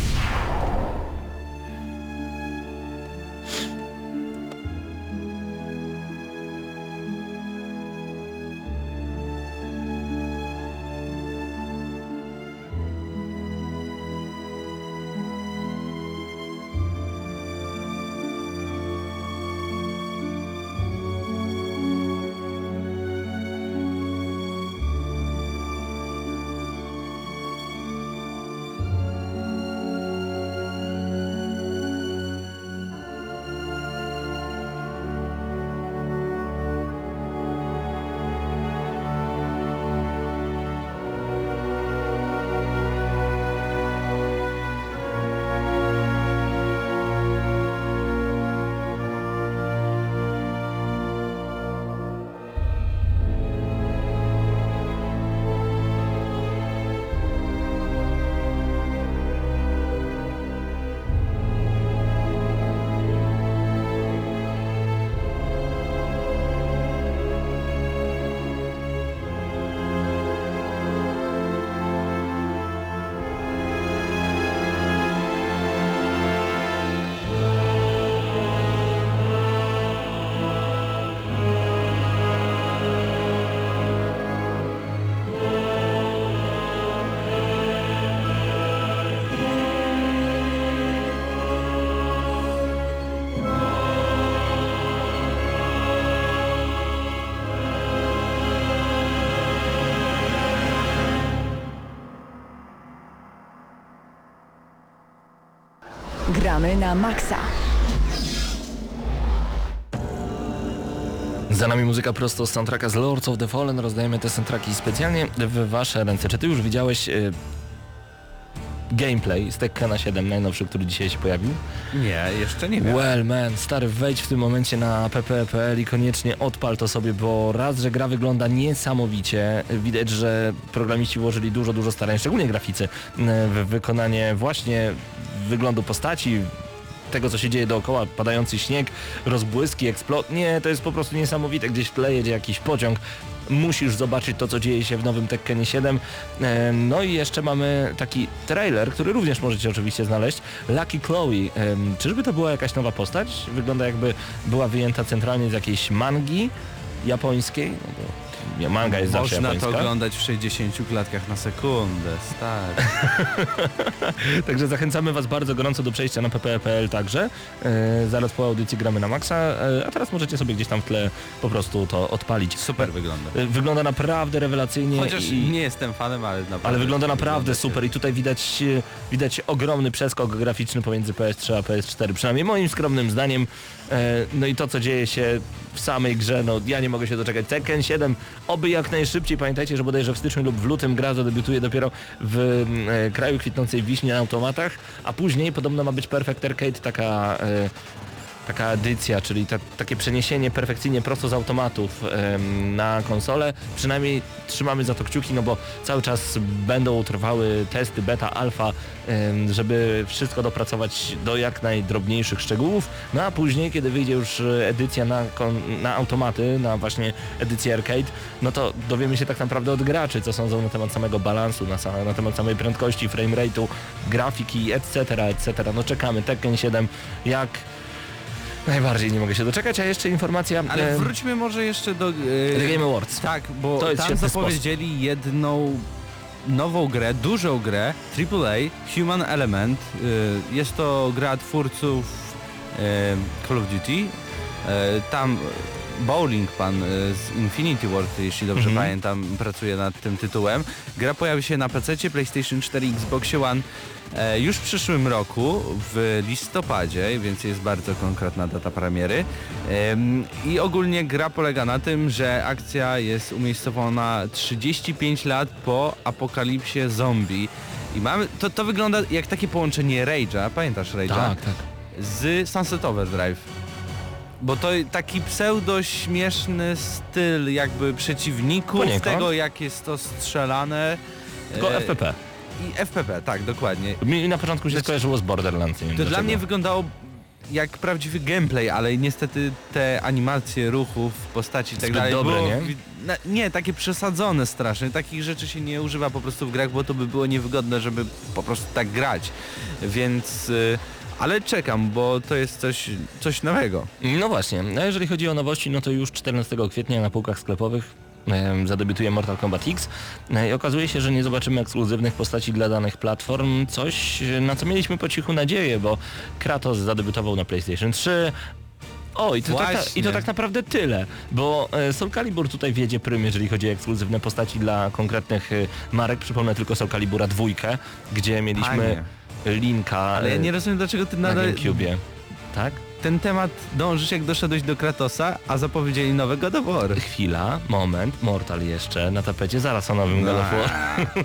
Speaker 6: Gramy na Maxa.
Speaker 2: Za nami muzyka prosto z soundtracka z Lords of the Fallen. Rozdajemy te soundtracki specjalnie w wasze ręce. Czy ty już widziałeś y, gameplay z Tekkena siedem, najnowszy, który dzisiaj się pojawił?
Speaker 3: Nie, jeszcze nie wiem.
Speaker 2: Well man, stary, wejdź w tym momencie na p p kropka p l i koniecznie odpal to sobie, bo raz, że gra wygląda niesamowicie, widać, że programiści włożyli dużo, dużo starań, szczególnie graficy, w wykonanie właśnie wyglądu postaci, tego, co się dzieje dookoła, padający śnieg, rozbłyski, eksplod... Nie, to jest po prostu niesamowite, gdzieś w tle jedzie jakiś pociąg. Musisz zobaczyć to, co dzieje się w nowym Tekkenie siedem. E, no i jeszcze mamy taki trailer, który również możecie oczywiście znaleźć. Lucky Chloe. E, czyżby to była jakaś nowa postać? Wygląda jakby była wyjęta centralnie z jakiejś mangi japońskiej. No bo manga jest zawsze
Speaker 3: Można
Speaker 2: japońska.
Speaker 3: to oglądać w sześćdziesięciu klatkach na sekundę, stary.
Speaker 2: Także zachęcamy Was bardzo gorąco do przejścia na p p e kropka p l także. E, zaraz po audycji gramy na maksa, e, a teraz możecie sobie gdzieś tam w tle po prostu to odpalić.
Speaker 3: Super wygląda.
Speaker 2: E, wygląda naprawdę rewelacyjnie.
Speaker 3: Chociaż
Speaker 2: i...
Speaker 3: nie jestem fanem, ale naprawdę...
Speaker 2: Ale wygląda naprawdę
Speaker 3: wygląda
Speaker 2: super i tutaj widać, e, widać ogromny przeskok graficzny pomiędzy P S trzy a P S cztery, przynajmniej moim skromnym zdaniem. E, no i to, co dzieje się w samej grze, no ja nie mogę się doczekać. Tekken siedem, oby jak najszybciej. Pamiętajcie, że bodajże w styczniu lub w lutym gra zadebiutuje dopiero w e, kraju kwitnącej wiśni na automatach, a później podobno ma być Perfect Arcade, taka... E, taka edycja, czyli ta, takie przeniesienie perfekcyjnie prosto z automatów em, na konsolę. Przynajmniej trzymamy za to kciuki, no bo cały czas będą trwały testy beta, alfa, em, żeby wszystko dopracować do jak najdrobniejszych szczegółów. No a później, kiedy wyjdzie już edycja na, kon, na automaty, na właśnie edycję arcade, no to dowiemy się tak naprawdę od graczy, co sądzą na temat samego balansu, na, sam, na temat samej prędkości, frame rate'u, grafiki, et cetera, et cetera. No czekamy. Tekken siedem jak najbardziej nie mogę się doczekać, a jeszcze informacja...
Speaker 3: Ale
Speaker 2: e,
Speaker 3: wróćmy może jeszcze do...
Speaker 2: The Game Awards.
Speaker 3: Tak, bo
Speaker 2: To jest
Speaker 3: tam
Speaker 2: świetny
Speaker 3: zapowiedzieli jedną nową grę, dużą grę, triple A, Human Element. Y, Jest to gra twórców y, Call of Duty. Y, Tam Bowling Pan y, z Infinity Ward, jeśli dobrze
Speaker 2: Mhm.
Speaker 3: pamiętam, pracuje nad tym tytułem. Gra pojawi się na P C, PlayStation cztery, Xbox One e, już w przyszłym roku, w listopadzie, więc jest bardzo konkretna data premiery. Em, I ogólnie gra polega na tym, że akcja jest umiejscowiona trzydzieści pięć lat po apokalipsie zombie. I mamy, to, to wygląda jak takie połączenie Rage'a, pamiętasz Rage'a?
Speaker 2: Tak, tak.
Speaker 3: Z Sunset Overdrive. Bo to taki pseudo-śmieszny styl jakby przeciwników,
Speaker 2: Poniekąd.
Speaker 3: tego jak jest to strzelane.
Speaker 2: Tylko
Speaker 3: e,
Speaker 2: F P P.
Speaker 3: I F P P, tak, dokładnie.
Speaker 2: Mi na początku się
Speaker 3: Znaczy-
Speaker 2: skojarzyło z Borderlands. Nie wiem
Speaker 3: To dla
Speaker 2: dlaczego.
Speaker 3: mnie wyglądało jak prawdziwy gameplay, ale niestety te animacje ruchów, postaci i tak
Speaker 2: Zbyt
Speaker 3: dalej
Speaker 2: dobre,
Speaker 3: było,
Speaker 2: nie?
Speaker 3: wi- na, nie, takie przesadzone strasznie. Takich rzeczy się nie używa po prostu w grach, bo to by było niewygodne, żeby po prostu tak grać. Więc... Y, ale czekam, bo to jest coś, coś nowego.
Speaker 2: No właśnie, no jeżeli chodzi o nowości, no to już czternastego kwietnia na półkach sklepowych em, zadebiutuje Mortal Kombat X e, i okazuje się, że nie zobaczymy ekskluzywnych postaci dla danych platform, coś e, na co mieliśmy po cichu nadzieję, bo Kratos zadebiutował na PlayStation trzy. O, i to, tak, na-
Speaker 3: Właśnie.
Speaker 2: i to tak naprawdę tyle, bo e, Soul Calibur tutaj wiedzie prym, jeżeli chodzi o ekskluzywne postaci dla konkretnych e, marek. Przypomnę tylko Soul Calibura dwójkę, gdzie mieliśmy
Speaker 3: Panie.
Speaker 2: Linka
Speaker 3: Ale ja
Speaker 2: e,
Speaker 3: nie rozumiem, dlaczego ty
Speaker 2: na
Speaker 3: nadal
Speaker 2: GameCube'ie. Tak?
Speaker 3: ten temat dążysz, jak doszedłeś do Kratosa, a zapowiedzieli nowe God of War.
Speaker 2: Chwila, moment, Mortal jeszcze na tapecie, zaraz o nowym
Speaker 3: No.
Speaker 2: God of War.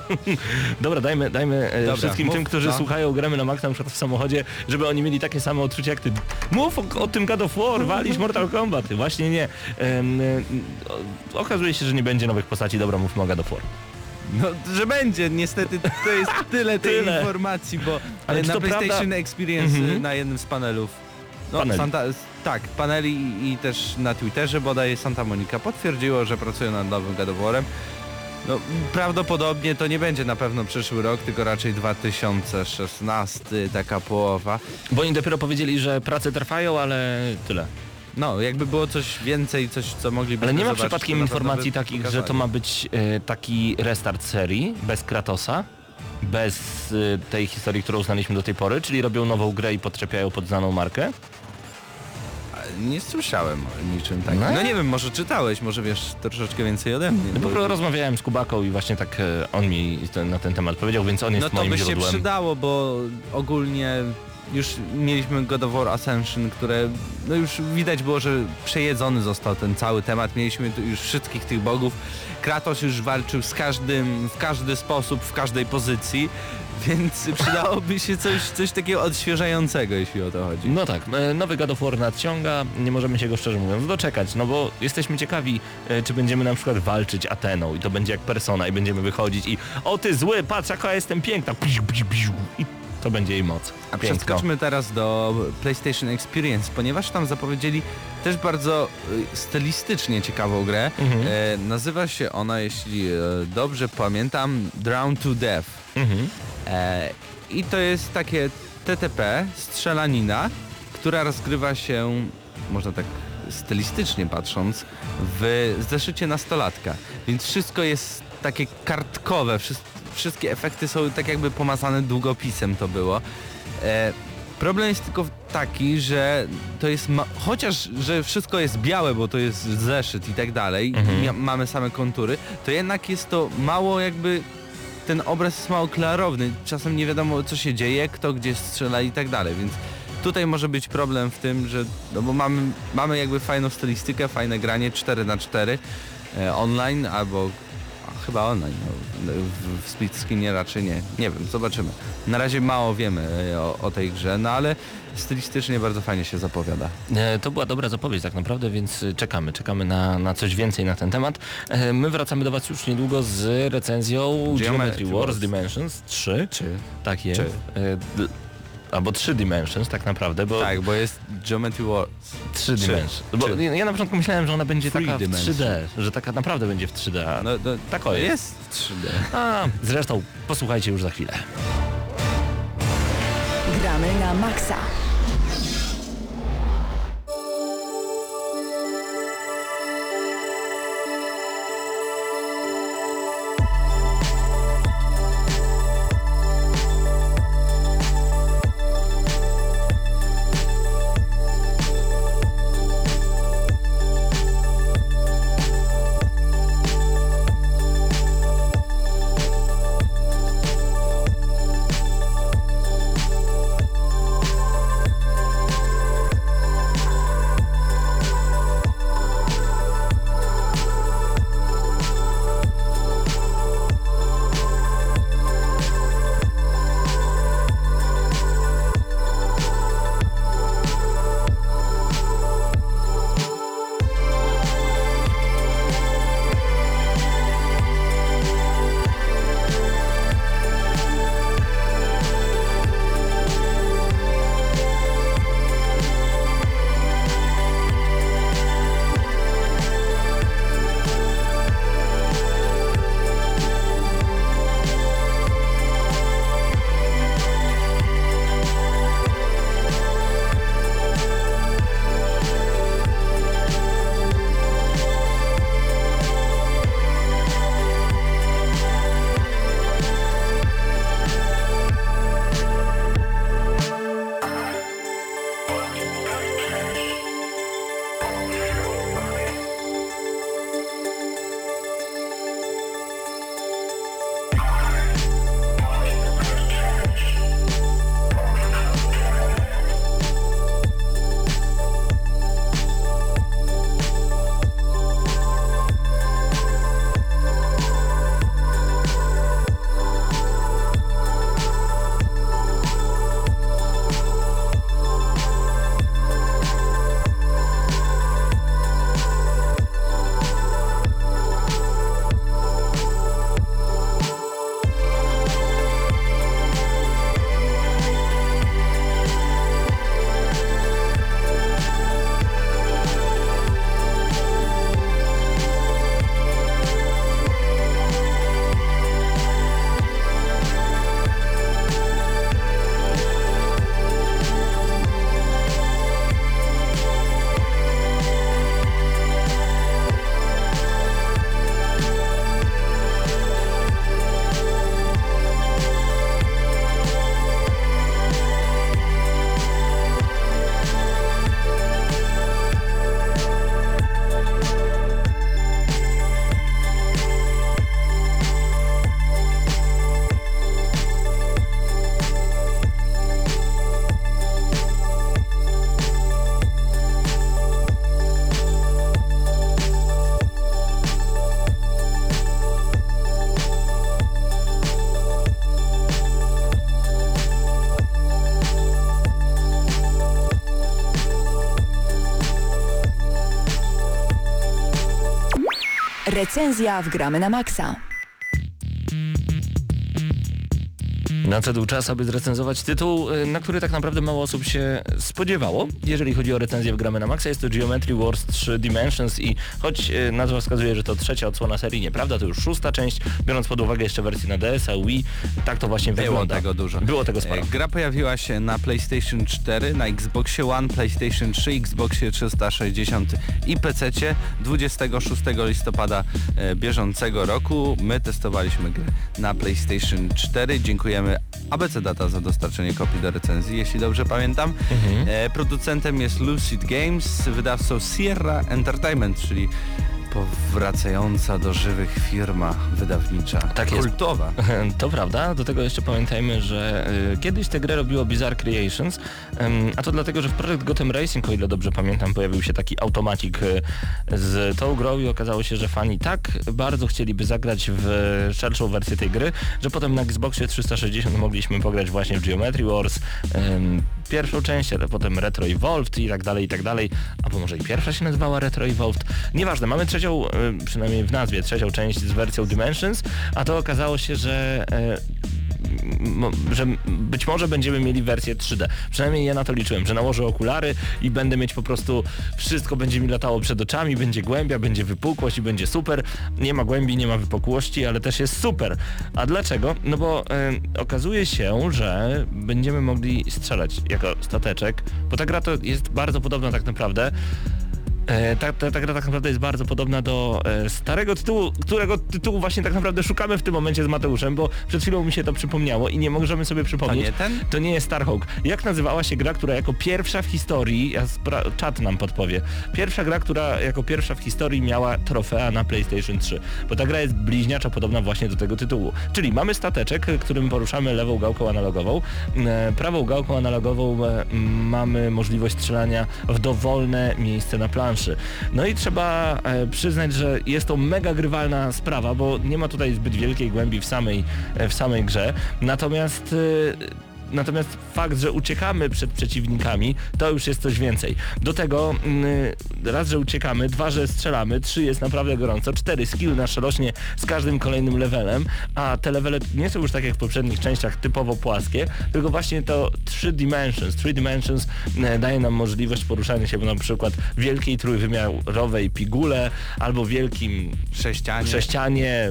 Speaker 2: Dobra, dajmy, dajmy e,
Speaker 3: Dobra,
Speaker 2: wszystkim
Speaker 3: mów,
Speaker 2: tym, którzy
Speaker 3: no.
Speaker 2: słuchają Gramy na Max na przykład w samochodzie, żeby oni mieli takie same odczucia jak ty. Mów o, o tym God of War, walić Mortal Kombat. Właśnie nie. Em, e, o, okazuje się, że nie będzie nowych postaci. Dobra, mówmy o God of War.
Speaker 3: No, że będzie, niestety to jest tyle tej
Speaker 2: Tyle.
Speaker 3: informacji, bo
Speaker 2: Ale
Speaker 3: Ale
Speaker 2: czy
Speaker 3: na
Speaker 2: to
Speaker 3: PlayStation
Speaker 2: prawda-
Speaker 3: Experience
Speaker 2: Mhm.
Speaker 3: na jednym z panelów, no,
Speaker 2: Paneli.
Speaker 3: Santa, tak, paneli i, i też na Twitterze bodaj Santa Monica potwierdziło, że pracują nad nowym God of War'em. No, prawdopodobnie to nie będzie na pewno przyszły rok, tylko raczej dwa tysiące szesnasty, taka połowa.
Speaker 2: Bo oni dopiero powiedzieli, że prace trwają, ale tyle.
Speaker 3: No, jakby było coś więcej, coś co moglibyśmy
Speaker 2: Ale nie ma
Speaker 3: zobaczyć,
Speaker 2: przypadkiem
Speaker 3: to na pewno
Speaker 2: informacji
Speaker 3: by
Speaker 2: takich, że
Speaker 3: pokazali.
Speaker 2: to ma być e, taki restart serii, bez Kratosa, bez e, tej historii, którą znaliśmy do tej pory, czyli robią nową grę i podczepiają pod znaną markę?
Speaker 3: Nie słyszałem o niczym takim.
Speaker 2: No.
Speaker 3: No nie wiem, może czytałeś, może wiesz troszeczkę więcej ode mnie.
Speaker 2: No po
Speaker 3: bo-
Speaker 2: prostu rozmawiałem z Kubaką i właśnie tak e, on mi ten, na ten temat powiedział, więc on jest
Speaker 3: No to
Speaker 2: moim
Speaker 3: by się
Speaker 2: źródłem.
Speaker 3: przydało, bo ogólnie już mieliśmy God of War Ascension, które no już widać było, że przejedzony został ten cały temat. Mieliśmy tu już wszystkich tych bogów. Kratos już walczył z każdym, w każdy sposób, w każdej pozycji, więc przydałoby się coś, coś takiego odświeżającego, jeśli o to chodzi.
Speaker 2: No tak, e, nowy God of War nadciąga, nie możemy się go szczerze mówiąc doczekać, no bo jesteśmy ciekawi, e, czy będziemy na przykład walczyć Ateną i to będzie jak Persona i będziemy wychodzić i o ty zły, patrz jaka jestem piękna, Piu, piu, piu. I To będzie jej moc.
Speaker 3: A
Speaker 2: Piękno.
Speaker 3: przeskoczmy teraz do PlayStation Experience, ponieważ tam zapowiedzieli też bardzo y, stylistycznie ciekawą grę.
Speaker 2: Mhm.
Speaker 3: E, nazywa się ona, jeśli e, dobrze pamiętam, Drown to Death.
Speaker 2: Mhm.
Speaker 3: E, I to jest takie T T P, strzelanina, która rozgrywa się, można tak stylistycznie patrząc, w zeszycie nastolatka. Więc wszystko jest takie kartkowe, wszystko, wszystkie efekty są tak jakby pomazane długopisem to było. E, problem jest tylko taki, że to jest, ma- chociaż że wszystko jest białe, bo to jest zeszyt i tak dalej,
Speaker 2: Mhm.
Speaker 3: mia- mamy same kontury, to jednak jest to mało jakby, ten obraz jest mało klarowny, czasem nie wiadomo co się dzieje, kto gdzie strzela i tak dalej, więc tutaj może być problem w tym, że, no bo mamy, mamy jakby fajną stylistykę, fajne granie cztery na cztery e, online albo a, chyba online, no, w, w split screenie raczej nie, nie wiem, zobaczymy. Na razie mało wiemy e, o, o tej grze, no ale stylistycznie bardzo fajnie się zapowiada.
Speaker 2: E, To była dobra zapowiedź tak naprawdę, więc e, czekamy, czekamy na, na coś więcej na ten temat. E, My wracamy do Was już niedługo z recenzją
Speaker 3: Geometry
Speaker 2: Geometry Wars
Speaker 3: Wars.
Speaker 2: Dimensions trzy.
Speaker 3: Czy?
Speaker 2: Tak jest.
Speaker 3: Czy?
Speaker 2: E, d- Albo trzy Dimensions tak naprawdę, bo
Speaker 3: Tak, bo jest Geometry Wars.
Speaker 2: trzy
Speaker 3: Trzy.
Speaker 2: Dimensions. Bo
Speaker 3: Trzy.
Speaker 2: ja na początku myślałem, że ona będzie
Speaker 3: Three
Speaker 2: taka w
Speaker 3: dimensions.
Speaker 2: trzy D, że taka naprawdę będzie w trzy D. A,
Speaker 3: No, no,
Speaker 2: tak o jest.
Speaker 3: jest trzy D.
Speaker 2: A, zresztą posłuchajcie już za chwilę.
Speaker 6: Gramy na maksa. Recenzja w Gramy na Maxa.
Speaker 2: Nadszedł czas, aby zrecenzować tytuł, na który tak naprawdę mało osób się spodziewało. Jeżeli chodzi o recenzję w Gramy na Maxa, jest to Geometry Wars trzy Dimensions i choć nazwa wskazuje, że to trzecia odsłona serii, nieprawda, to już szósta część, biorąc pod uwagę jeszcze wersję na D S a, Wii, tak to właśnie
Speaker 3: Było
Speaker 2: wygląda.
Speaker 3: tego dużo.
Speaker 2: Było tego sporo.
Speaker 3: Gra pojawiła się na PlayStation cztery, na Xboxie One, PlayStation trzy, Xboxie trzysta sześćdziesiąt i pececie dwudziestego szóstego listopada e, bieżącego roku. My testowaliśmy grę na PlayStation cztery. Dziękujemy A B C Data za dostarczenie kopii do recenzji, jeśli dobrze pamiętam.
Speaker 2: Mhm.
Speaker 3: E, producentem jest Lucid Games, wydawcą Sierra Entertainment, czyli powracająca do żywych firma wydawnicza.
Speaker 2: Tak jest.
Speaker 3: Kultowa.
Speaker 2: To prawda, do tego jeszcze pamiętajmy, że y, kiedyś tę grę robiło Bizarre Creations, ym, a to dlatego, że w Project Gotham Racing, o ile dobrze pamiętam, pojawił się taki automacik y, z tą grą i okazało się, że fani tak bardzo chcieliby zagrać w szerszą wersję tej gry, że potem na Xboxie trzysta sześćdziesiąt mogliśmy pograć właśnie w Geometry Wars, ym, pierwszą część, ale potem Retro Evolved i tak dalej, i tak dalej, albo może i pierwsza się nazywała Retro Evolved. Nieważne, mamy trzecią, przynajmniej w nazwie, trzecią część z wersją Dimensions, a to okazało się, że że być może będziemy mieli wersję trzy D. Przynajmniej ja na to liczyłem, że nałożę okulary i będę mieć po prostu, wszystko będzie mi latało przed oczami, będzie głębia, będzie wypukłość i będzie super. Nie ma głębi, nie ma wypukłości, ale też jest super. A dlaczego? No bo y, okazuje się, że będziemy mogli strzelać jako stateczek, bo ta gra to jest bardzo podobna tak naprawdę. Ta, ta, ta gra tak naprawdę jest bardzo podobna do e, starego tytułu, którego tytułu właśnie tak naprawdę szukamy w tym momencie z Mateuszem, bo przed chwilą mi się to przypomniało i nie możemy sobie przypomnieć.
Speaker 3: To nie ten?
Speaker 2: To nie jest Starhawk. Jak nazywała się gra, która jako pierwsza w historii, ja spra- czat nam podpowie, pierwsza gra, która jako pierwsza w historii miała trofea na PlayStation trzy, bo ta gra jest bliźniacza podobna właśnie do tego tytułu. Czyli mamy stateczek, którym poruszamy lewą gałką analogową, e, prawą gałką analogową e, mamy możliwość strzelania w dowolne miejsce na planszy. No i trzeba e, przyznać, że jest to mega grywalna sprawa, bo nie ma tutaj zbyt wielkiej głębi w samej, e, w samej grze. Natomiast e, Natomiast fakt, że uciekamy przed przeciwnikami, to już jest coś więcej. Do tego yy, raz, że uciekamy, dwa, że strzelamy, trzy, jest naprawdę gorąco, cztery, skill nasz rośnie z każdym kolejnym levelem, a te levele nie są już tak jak w poprzednich częściach typowo płaskie, tylko właśnie to trzy dimensions. three dimensions yy, daje nam możliwość poruszania się na przykład w wielkiej trójwymiarowej pigule, albo wielkim
Speaker 3: Sześcianie.
Speaker 2: sześcianie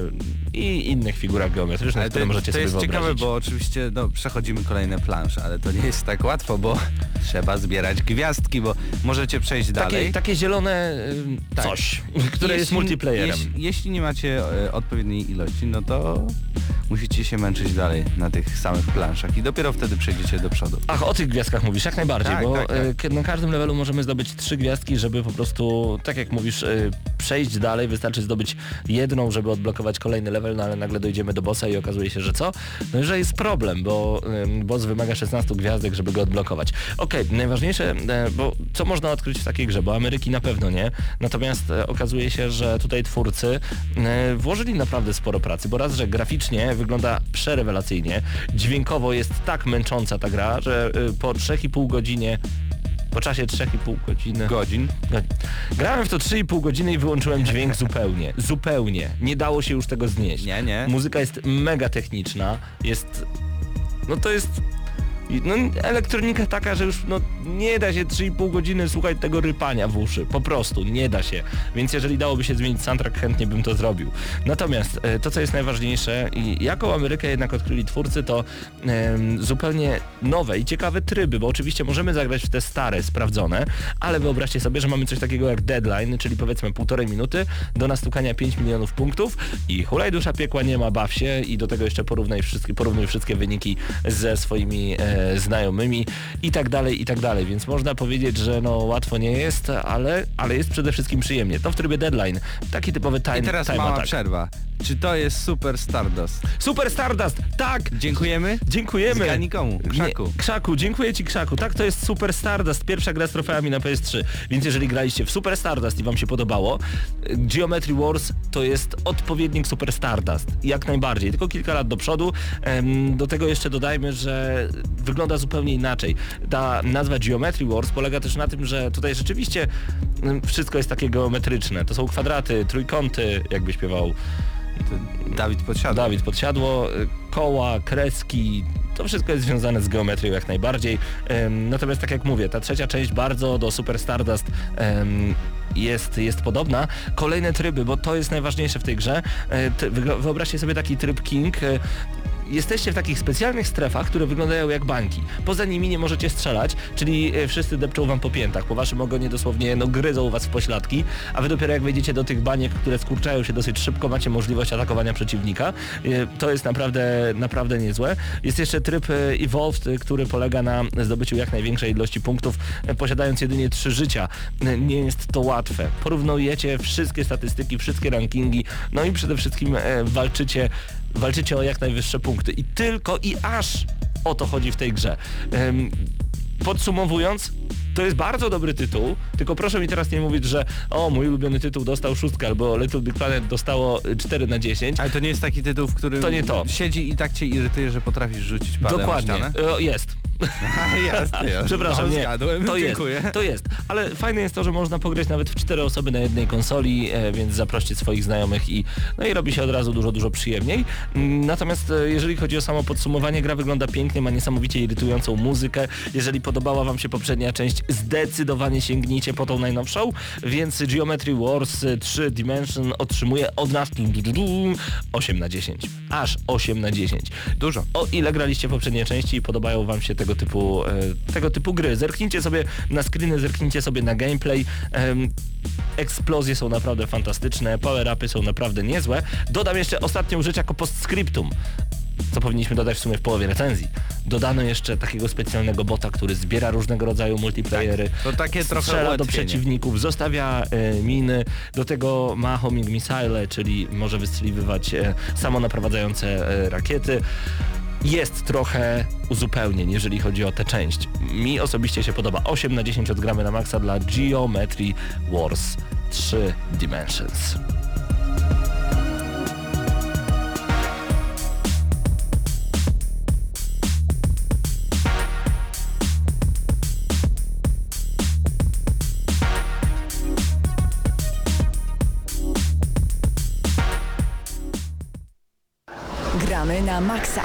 Speaker 2: i innych figurach geometrycznych,
Speaker 3: Ale
Speaker 2: które
Speaker 3: to,
Speaker 2: możecie
Speaker 3: to
Speaker 2: sobie
Speaker 3: jest
Speaker 2: wyobrazić.
Speaker 3: ciekawe, bo oczywiście no, przechodzimy kolejne plansze, ale to nie jest tak łatwo, bo trzeba zbierać gwiazdki, bo możecie przejść
Speaker 2: Takie,
Speaker 3: dalej.
Speaker 2: takie zielone y,
Speaker 3: Tak.
Speaker 2: coś, które jest
Speaker 3: Jeśli-
Speaker 2: multiplayerem.
Speaker 3: Jeśli, jeśli nie macie e, odpowiedniej ilości, no to musicie się męczyć dalej na tych samych planszach i dopiero wtedy przejdziecie do przodu.
Speaker 2: Ach, o tych gwiazdkach mówisz, jak najbardziej,
Speaker 3: Tak,
Speaker 2: bo
Speaker 3: tak, tak.
Speaker 2: y, k- na każdym levelu możemy zdobyć trzy gwiazdki, żeby po prostu, tak jak mówisz, y, przejść dalej. Wystarczy zdobyć jedną, żeby odblokować kolejny level, no ale nagle dojdziemy do bossa i okazuje się, że co? No, że jest problem, bo y, boss wymaga szesnastu gwiazdek, żeby go odblokować. Okej, najważniejsze, y, bo co można odkryć w takiej grze, bo Ameryki na pewno nie, natomiast y, okazuje się, że tutaj twórcy y, włożyli naprawdę sporo pracy, bo raz, że graficznie wygląda przerewelacyjnie, dźwiękowo jest tak męcząca ta gra, że y, po trzech i pół godzinie po czasie trzech i pół godziny.
Speaker 3: Godzin.
Speaker 2: Grałem w to trzy i pół godziny i wyłączyłem dźwięk zupełnie. Zupełnie. Nie dało się już tego znieść.
Speaker 3: Nie, nie.
Speaker 2: Muzyka jest mega techniczna. Jest... No to jest... No, elektronika taka, że już no, nie da się trzy i pół godziny słuchać tego rypania w uszy. Po prostu nie da się. Więc jeżeli dałoby się zmienić soundtrack, chętnie bym to zrobił. Natomiast e, to, co jest najważniejsze i jaką Amerykę jednak odkryli twórcy, to e, zupełnie nowe i ciekawe tryby, bo oczywiście możemy zagrać w te stare, sprawdzone, ale wyobraźcie sobie, że mamy coś takiego jak deadline, czyli powiedzmy półtorej minuty do nastukania pięć milionów punktów i hulaj dusza piekła, nie ma, baw się i do tego jeszcze porównaj wszystkie, porównuj wszystkie wyniki ze swoimi e, znajomymi i tak dalej, i tak dalej, więc można powiedzieć, że no łatwo nie jest, ale, ale jest przede wszystkim przyjemnie. To w trybie deadline, taki typowy time,
Speaker 3: I teraz
Speaker 2: time
Speaker 3: mała
Speaker 2: attack.
Speaker 3: przerwa. Czy to jest Super Stardust?
Speaker 2: Super Stardust, tak!
Speaker 3: Dziękujemy.
Speaker 2: Dziękujemy.
Speaker 3: Zgani komu? Krzaku.
Speaker 2: Nie, Krzaku, dziękuję ci Krzaku. Tak, to jest Super Stardust, pierwsza gra z trofeami na P S trzy. Więc jeżeli graliście w Super Stardust i wam się podobało, Geometry Wars to jest odpowiednik Super Stardust. Jak najbardziej, tylko kilka lat do przodu. Em, Do tego jeszcze dodajmy, że wygląda zupełnie inaczej. Ta nazwa Geometry Wars polega też na tym, że tutaj rzeczywiście em, wszystko jest takie geometryczne. To są kwadraty, trójkąty, jakby śpiewał
Speaker 3: Dawid Podsiadło.
Speaker 2: Dawid Podsiadło, y, koła, kreski, To wszystko jest związane z geometrią jak najbardziej. Ym, natomiast tak jak mówię, ta trzecia część bardzo do Super Stardust ym, jest, jest podobna. Kolejne tryby, bo to jest najważniejsze w tej grze. Ty, wyobraźcie sobie taki tryb King. Jesteście w takich specjalnych strefach, które wyglądają jak bańki. Poza nimi nie możecie strzelać, czyli wszyscy depczą wam po piętach. Po waszym ogonie dosłownie no, gryzą was w pośladki, a wy dopiero jak wejdziecie do tych baniek, które skurczają się dosyć szybko, macie możliwość atakowania przeciwnika. To jest naprawdę, naprawdę niezłe. Jest jeszcze tryb Evolved, który polega na zdobyciu jak największej ilości punktów, posiadając jedynie trzy życia. Nie jest to łatwe. Porównujecie wszystkie statystyki, wszystkie rankingi, no i przede wszystkim walczycie Walczycie o jak najwyższe punkty i tylko i aż o to chodzi w tej grze. Ym, podsumowując, to jest bardzo dobry tytuł, tylko proszę mi teraz nie mówić, że o, mój ulubiony tytuł dostał szóstkę, albo Little Big Planet dostało cztery na dziesięć.
Speaker 3: Ale to nie jest taki tytuł, w którym
Speaker 2: to nie to.
Speaker 3: siedzi i tak cię irytuje, że potrafisz rzucić padem
Speaker 2: Dokładnie.
Speaker 3: na ścianę?
Speaker 2: O, jest.
Speaker 3: Jasne, jasne.
Speaker 2: Przepraszam,
Speaker 3: No,
Speaker 2: nie.
Speaker 3: zgadłem.
Speaker 2: To jest,
Speaker 3: Dziękuję.
Speaker 2: to jest. Ale fajne jest to, że można pograć nawet w cztery osoby na jednej konsoli, e, więc zaproście swoich znajomych i no i robi się od razu dużo, dużo przyjemniej. Natomiast e, jeżeli chodzi o samo podsumowanie, gra wygląda pięknie, ma niesamowicie irytującą muzykę. Jeżeli podobała wam się poprzednia część, zdecydowanie sięgnijcie po tą najnowszą, więc Geometry Wars trzy Dimension otrzymuje od nas osiem na dziesięć. Aż osiem na dziesięć.
Speaker 3: Dużo.
Speaker 2: O ile graliście w poprzedniej części i podobają wam się tego typu, e, tego typu gry. Zerknijcie sobie na screeny, zerknijcie sobie na gameplay. E, eksplozje są naprawdę fantastyczne, power-upy są naprawdę niezłe. Dodam jeszcze ostatnią rzecz jako postscriptum, co powinniśmy dodać w sumie w połowie recenzji. Dodano jeszcze takiego specjalnego bota, który zbiera różnego rodzaju multiplayery,
Speaker 3: Tak, to takie trochę
Speaker 2: strzela do
Speaker 3: ułatwienie.
Speaker 2: przeciwników, zostawia e, miny, do tego ma homing missile, czyli może wystrzeliwywać e, samonaprowadzające e, rakiety. Jest trochę uzupełnień, jeżeli chodzi o tę część. Mi osobiście się podoba. osiem na dziesięć odgramy na maksa dla Geometry Wars trzy Dimensions.
Speaker 6: Gramy na maksa.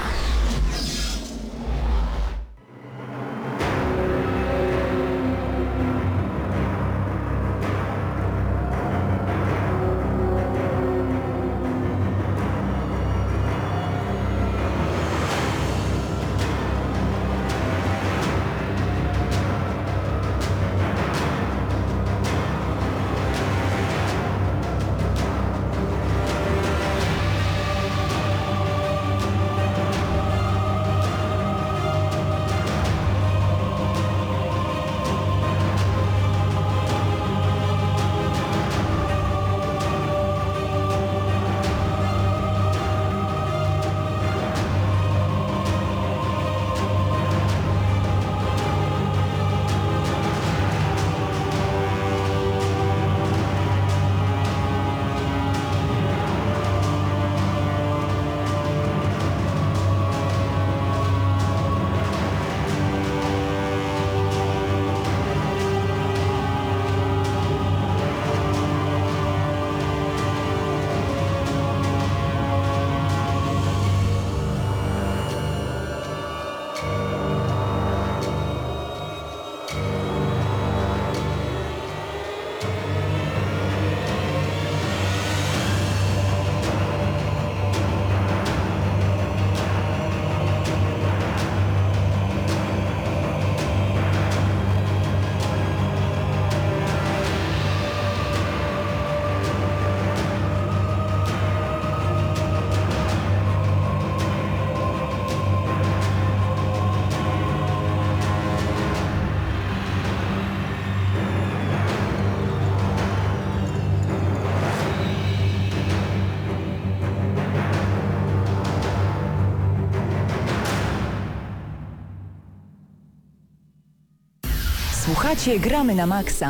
Speaker 6: Słuchacie Gramy na maksa.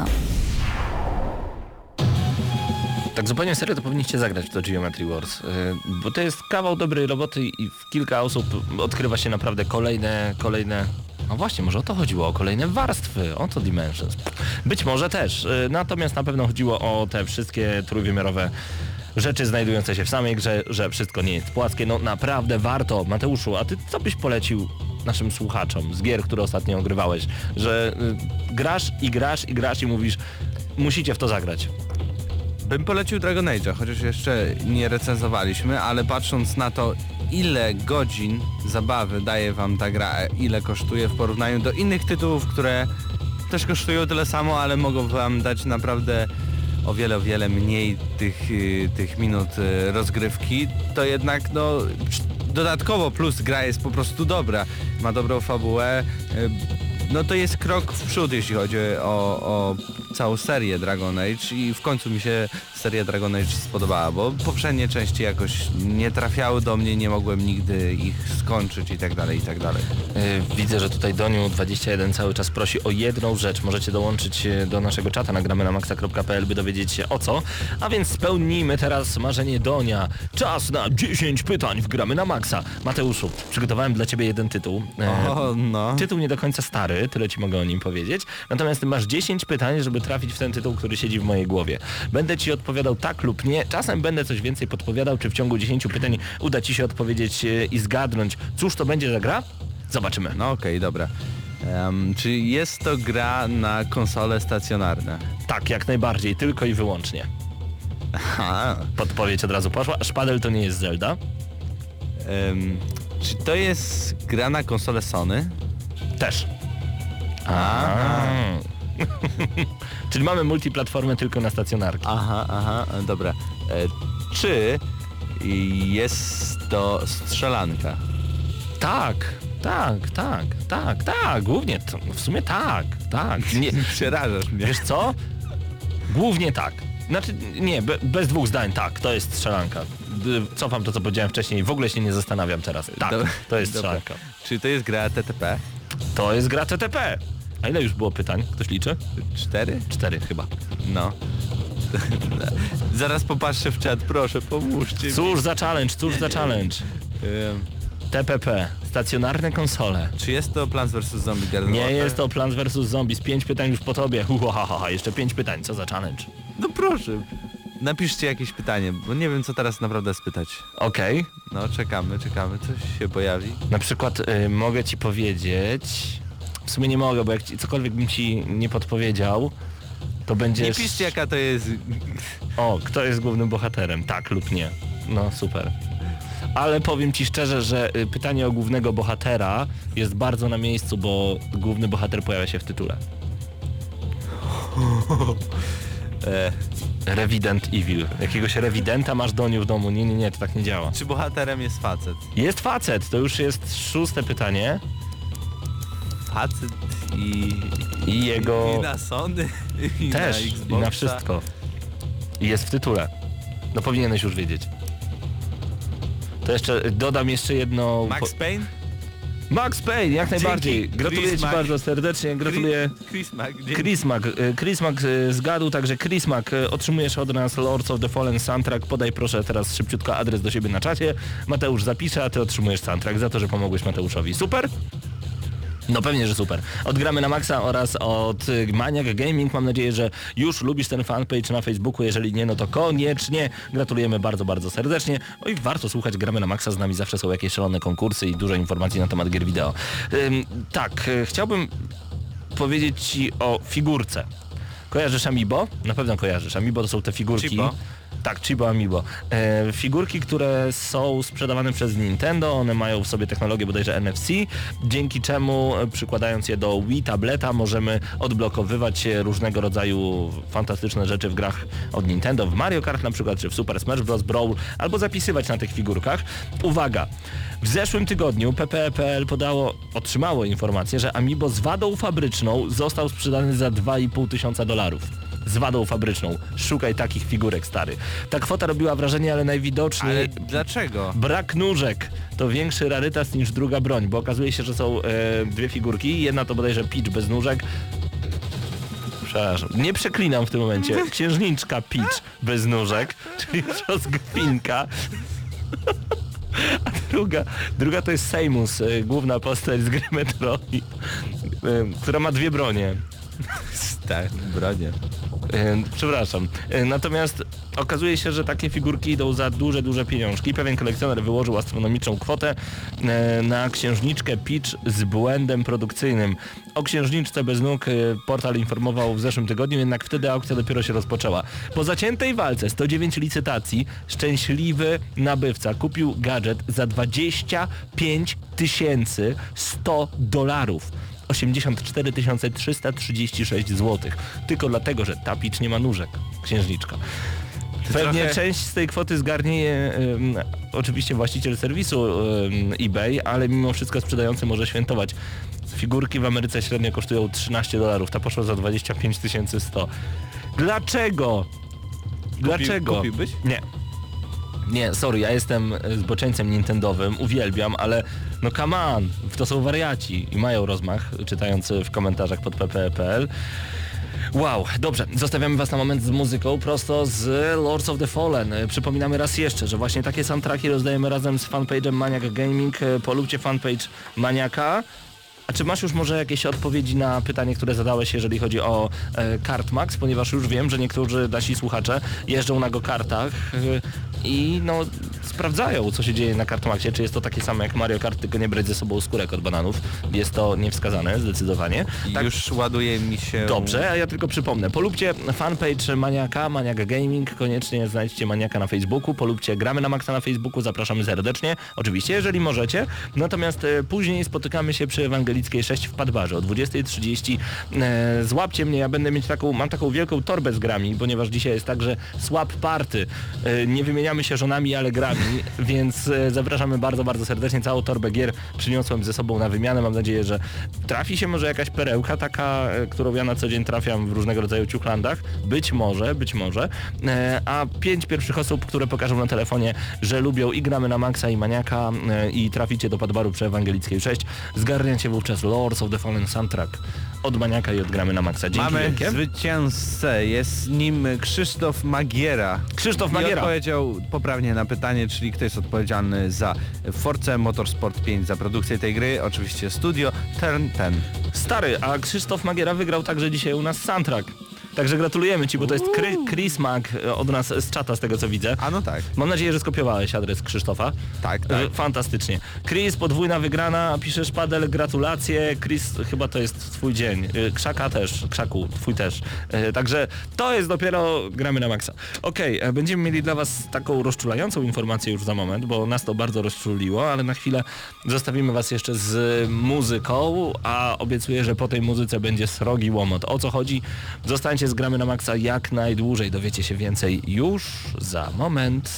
Speaker 2: Tak zupełnie serio to powinniście zagrać w to Geometry Wars, yy, bo to jest kawał dobrej roboty i w kilka osób odkrywa się naprawdę kolejne, kolejne... No właśnie, może o to chodziło, o kolejne warstwy, o to Dimensions. Być może też, yy, natomiast na pewno chodziło o te wszystkie trójwymiarowe rzeczy znajdujące się w samej grze, że wszystko nie jest płaskie. No naprawdę warto. Mateuszu, a ty co byś polecił naszym słuchaczom z gier, które ostatnio ogrywałeś, że y, grasz i grasz i grasz i mówisz, musicie w to zagrać?
Speaker 3: Bym polecił Dragon Age'a, chociaż jeszcze nie recenzowaliśmy, ale patrząc na to, ile godzin zabawy daje wam ta gra, ile kosztuje w porównaniu do innych tytułów, które też kosztują tyle samo, ale mogą wam dać naprawdę o wiele, o wiele mniej tych, y, tych minut y, rozgrywki, to jednak no dodatkowo plus gra jest po prostu dobra, ma dobrą fabułę, y, no to jest krok w przód, jeśli chodzi o, o całą serię Dragon Age i w końcu mi się seria Dragon Age spodobała, bo poprzednie części jakoś nie trafiały do mnie, nie mogłem nigdy ich skończyć i tak dalej, i tak dalej.
Speaker 2: Yy, widzę, że tutaj Doniu dwadzieścia jeden cały czas prosi o jedną rzecz. Możecie dołączyć do naszego czata na gramy na maxa kropka p l, by dowiedzieć się o co. A więc spełnijmy teraz marzenie Donia. Czas na dziesięć pytań w Gramy na Maxa. Mateuszu, przygotowałem dla ciebie jeden tytuł. Yy,
Speaker 3: O, no.
Speaker 2: Tytuł nie do końca stary, tyle ci mogę o nim powiedzieć. Natomiast masz dziesięć pytań, żeby trafić w ten tytuł, który siedzi w mojej głowie. Będę ci odpowiadał tak lub nie. Czasem będę coś więcej podpowiadał, czy w ciągu dziesięciu pytań uda ci się odpowiedzieć e, i zgadnąć, cóż to będzie za gra? Zobaczymy.
Speaker 3: No okej, okay, dobra. Um, czy jest to gra na konsole stacjonarne?
Speaker 2: Tak, jak najbardziej, tylko i wyłącznie.
Speaker 3: Aha.
Speaker 2: Podpowiedź od razu poszła. Szpadel to nie jest Zelda.
Speaker 3: Um, czy to jest gra na konsolę Sony?
Speaker 2: Też.
Speaker 3: Aha.
Speaker 2: Czyli mamy multiplatformę tylko na stacjonarki.
Speaker 3: Aha, aha, dobra. E, czy jest to strzelanka?
Speaker 2: Tak, tak, tak, tak, tak, głównie, to, w sumie tak, tak. Nie,
Speaker 3: Przerażasz mnie.
Speaker 2: wiesz co? Głównie tak. Znaczy, nie, be, bez dwóch zdań, tak, to jest strzelanka. D- Cofam to, co powiedziałem wcześniej, w ogóle się nie zastanawiam teraz. Tak,
Speaker 3: Dobra,
Speaker 2: to jest
Speaker 3: dobra.
Speaker 2: strzelanka.
Speaker 3: Czy to jest gra T T P?
Speaker 2: To jest gra T T P. A ile już było pytań? Ktoś liczy?
Speaker 3: Cztery?
Speaker 2: Cztery chyba.
Speaker 3: No. Zaraz popatrzę w czat, proszę, pomóżcie mi.
Speaker 2: Cóż za challenge, cóż za challenge.
Speaker 3: Ym,
Speaker 2: T P P, stacjonarne konsole.
Speaker 3: Czy jest to Plants versus. Zombie Garden
Speaker 2: Nie
Speaker 3: Warfare?
Speaker 2: jest to Plants versus. Zombies. Pięć pytań już po tobie. Uhahaha, jeszcze pięć pytań, co za challenge.
Speaker 3: No proszę. Napiszcie jakieś pytanie, bo nie wiem co teraz naprawdę spytać.
Speaker 2: Okej.
Speaker 3: No czekamy, czekamy, coś się pojawi.
Speaker 2: Na przykład y, mogę ci powiedzieć... W sumie nie mogę, bo jak ci, cokolwiek bym ci nie podpowiedział, to
Speaker 3: Nie
Speaker 2: będziesz...
Speaker 3: piszcie jaka to jest...
Speaker 2: O, kto jest głównym bohaterem? Tak lub nie. No, super. Ale powiem ci szczerze, że y, pytanie o głównego bohatera jest bardzo na miejscu, bo główny bohater pojawia się w tytule.
Speaker 3: E,
Speaker 2: Resident Evil. Jakiegoś rewidenta masz Doniu w domu? Nie, nie, nie, to tak nie działa.
Speaker 3: czy bohaterem jest facet?
Speaker 2: Jest facet, to już jest szóste pytanie.
Speaker 3: Facet i...
Speaker 2: I jego...
Speaker 3: I na Sony, i
Speaker 2: Też,
Speaker 3: na
Speaker 2: i
Speaker 3: Xboxa.
Speaker 2: na wszystko. I jest w tytule. No powinieneś już wiedzieć. To jeszcze dodam jeszcze jedno...
Speaker 3: Max Payne?
Speaker 2: Max Payne, jak najbardziej. Gratuluję
Speaker 3: Chris
Speaker 2: ci
Speaker 3: Mack.
Speaker 2: bardzo serdecznie. Gratuluję.
Speaker 3: Chris Mack. dzięki.
Speaker 2: Chris Mack. y, Chris Mack y, zgadł, także Chris Mack, y, otrzymujesz od nas Lords of the Fallen soundtrack. Podaj proszę teraz szybciutko adres do siebie na czacie. Mateusz zapisze, a ty otrzymujesz soundtrack za to, że pomogłeś Mateuszowi. Super? No pewnie, że super. Od Gramy na Maxa oraz od y, Maniac Gaming. Mam nadzieję, że już lubisz ten fanpage na Facebooku. Jeżeli nie, no to koniecznie. Gratulujemy bardzo, bardzo serdecznie. No i warto słuchać Gramy na Maxa. Z nami zawsze są jakieś szalone konkursy i dużo informacji na temat gier wideo. Ym, tak, y, chciałbym powiedzieć ci o figurce. Kojarzysz Amiibo? Na pewno kojarzysz. Amiibo to są te figurki.
Speaker 3: Chibo?
Speaker 2: Tak, Chibo Amiibo. E, figurki, które są sprzedawane przez Nintendo, one mają w sobie technologię bodajże N F C, dzięki czemu e, przykładając je do Wii tableta możemy odblokowywać różnego rodzaju fantastyczne rzeczy w grach od Nintendo, w Mario Kart na przykład, czy w Super Smash Bros. Brawl, albo zapisywać na tych figurkach. Uwaga! W zeszłym tygodniu P P E kropka P L podało, otrzymało informację, że Amiibo z wadą fabryczną został sprzedany za dwa i pół tysiąca dolarów. Z wadą fabryczną. Szukaj takich figurek, stary. Ta kwota robiła wrażenie, ale najwidoczniej...
Speaker 3: Ale dlaczego?
Speaker 2: Brak nóżek to większy rarytas niż druga broń, bo okazuje się, że są e, dwie figurki. Jedna to bodajże Peach bez nóżek. Przepraszam, nie przeklinam w tym momencie. Księżniczka Peach bez nóżek, czyli rozgwinka. A druga, druga to jest Samus, e, główna postać z gry Metroid, e, która ma dwie bronie.
Speaker 3: Tak, bronie.
Speaker 2: E, przepraszam. E, natomiast okazuje się, że takie figurki idą za duże, duże pieniążki. Pewien kolekcjoner wyłożył astronomiczną kwotę e, na księżniczkę Peach z błędem produkcyjnym. O księżniczce bez nóg e, portal informował w zeszłym tygodniu, jednak wtedy aukcja dopiero się rozpoczęła. Po zaciętej walce sto dziewięć licytacji szczęśliwy nabywca kupił gadżet za dwadzieścia pięć tysięcy sto dolarów. osiemdziesiąt cztery tysiące trzysta trzydzieści sześć złotych. Tylko dlatego, że ta Peach nie ma nóżek. Księżniczka. Pewnie
Speaker 3: trochę...
Speaker 2: część z tej kwoty zgarnie um, oczywiście właściciel serwisu um, eBay, ale mimo wszystko sprzedający może świętować. Figurki w Ameryce średnio kosztują trzynaście dolarów, ta poszła za dwadzieścia pięć tysięcy sto. Dlaczego? Dlaczego?
Speaker 3: Kupi, kupiłbyś?
Speaker 2: Nie. Nie, sorry, ja jestem zboczeńcem nintendowym, uwielbiam, ale no come on, to są wariaci i mają rozmach, czytając w komentarzach pod p p kropka p l. Wow, dobrze, zostawiamy was na moment z muzyką prosto z Lords of the Fallen. Przypominamy raz jeszcze, że właśnie takie soundtracki rozdajemy razem z fanpage'em Maniac Gaming. Polubcie fanpage Maniaka. A czy masz już może jakieś odpowiedzi na pytanie, które zadałeś, jeżeli chodzi o e, Kartmax? Ponieważ już wiem, że niektórzy nasi słuchacze jeżdżą na go-kartach e, i no sprawdzają, co się dzieje na Kartmaxie. Czy jest to takie samo jak Mario Kart, tylko nie brać ze sobą skórek od bananów. Jest to niewskazane, zdecydowanie.
Speaker 3: Tak. Już ładuje mi się...
Speaker 2: Dobrze, a ja tylko przypomnę. Polubcie fanpage Maniaka, Maniak Gaming. Koniecznie znajdźcie Maniaka na Facebooku. Polubcie Gramy na Maxa na Facebooku. Zapraszamy serdecznie. Oczywiście, jeżeli możecie. Natomiast e, później spotykamy się przy Ewangelii sześć w Padbarze o dwudziestej trzydzieści. E, złapcie mnie, ja będę mieć taką, mam taką wielką torbę z grami, ponieważ dzisiaj jest także swap party. E, nie wymieniamy się żonami, ale grami, więc e, zapraszamy bardzo, bardzo serdecznie. Całą torbę gier przyniosłem ze sobą na wymianę. Mam nadzieję, że trafi się może jakaś perełka taka, e, którą ja na co dzień trafiam w różnego rodzaju ciuchlandach. Być może, być może. E, a pięć pierwszych osób, które pokażą na telefonie, że lubią i Gramy na Maxa i Maniaka e, i traficie do Padbaru przy Ewangelickiej sześć, zgarniacie wówczas Lords of the Fallen soundtrack od Maniaka i od Gramy na Maxa. Dzięki
Speaker 3: Mamy
Speaker 2: wielkie.
Speaker 3: zwycięzcę, jest nim Krzysztof Magiera.
Speaker 2: Krzysztof
Speaker 3: I
Speaker 2: Magiera.
Speaker 3: odpowiedział poprawnie na pytanie, czyli kto jest odpowiedzialny za Forza Motorsport pięć, za produkcję tej gry. Oczywiście studio Turn ten.
Speaker 2: Stary, a Krzysztof Magiera wygrał także dzisiaj u nas soundtrack. Także gratulujemy Ci, bo to jest Kry- Chris Mag od nas z czata, z tego co widzę.
Speaker 3: A no tak.
Speaker 2: Mam nadzieję, że skopiowałeś adres Krzysztofa.
Speaker 3: Tak, tak.
Speaker 2: E, Fantastycznie. Chris, podwójna wygrana, piszesz Padel, gratulacje. Chris, chyba to jest twój dzień. E, Krzaka też, Krzaku, twój też. E, Także to jest dopiero Gramy na Maxa. Okej, okay, będziemy mieli dla was taką rozczulającą informację już za moment, bo nas to bardzo rozczuliło, ale na chwilę zostawimy was jeszcze z muzyką, a obiecuję, że po tej muzyce będzie srogi łomot. O co chodzi? Zostańcie z Gramy na Maxa jak najdłużej. Dowiecie się więcej już za moment.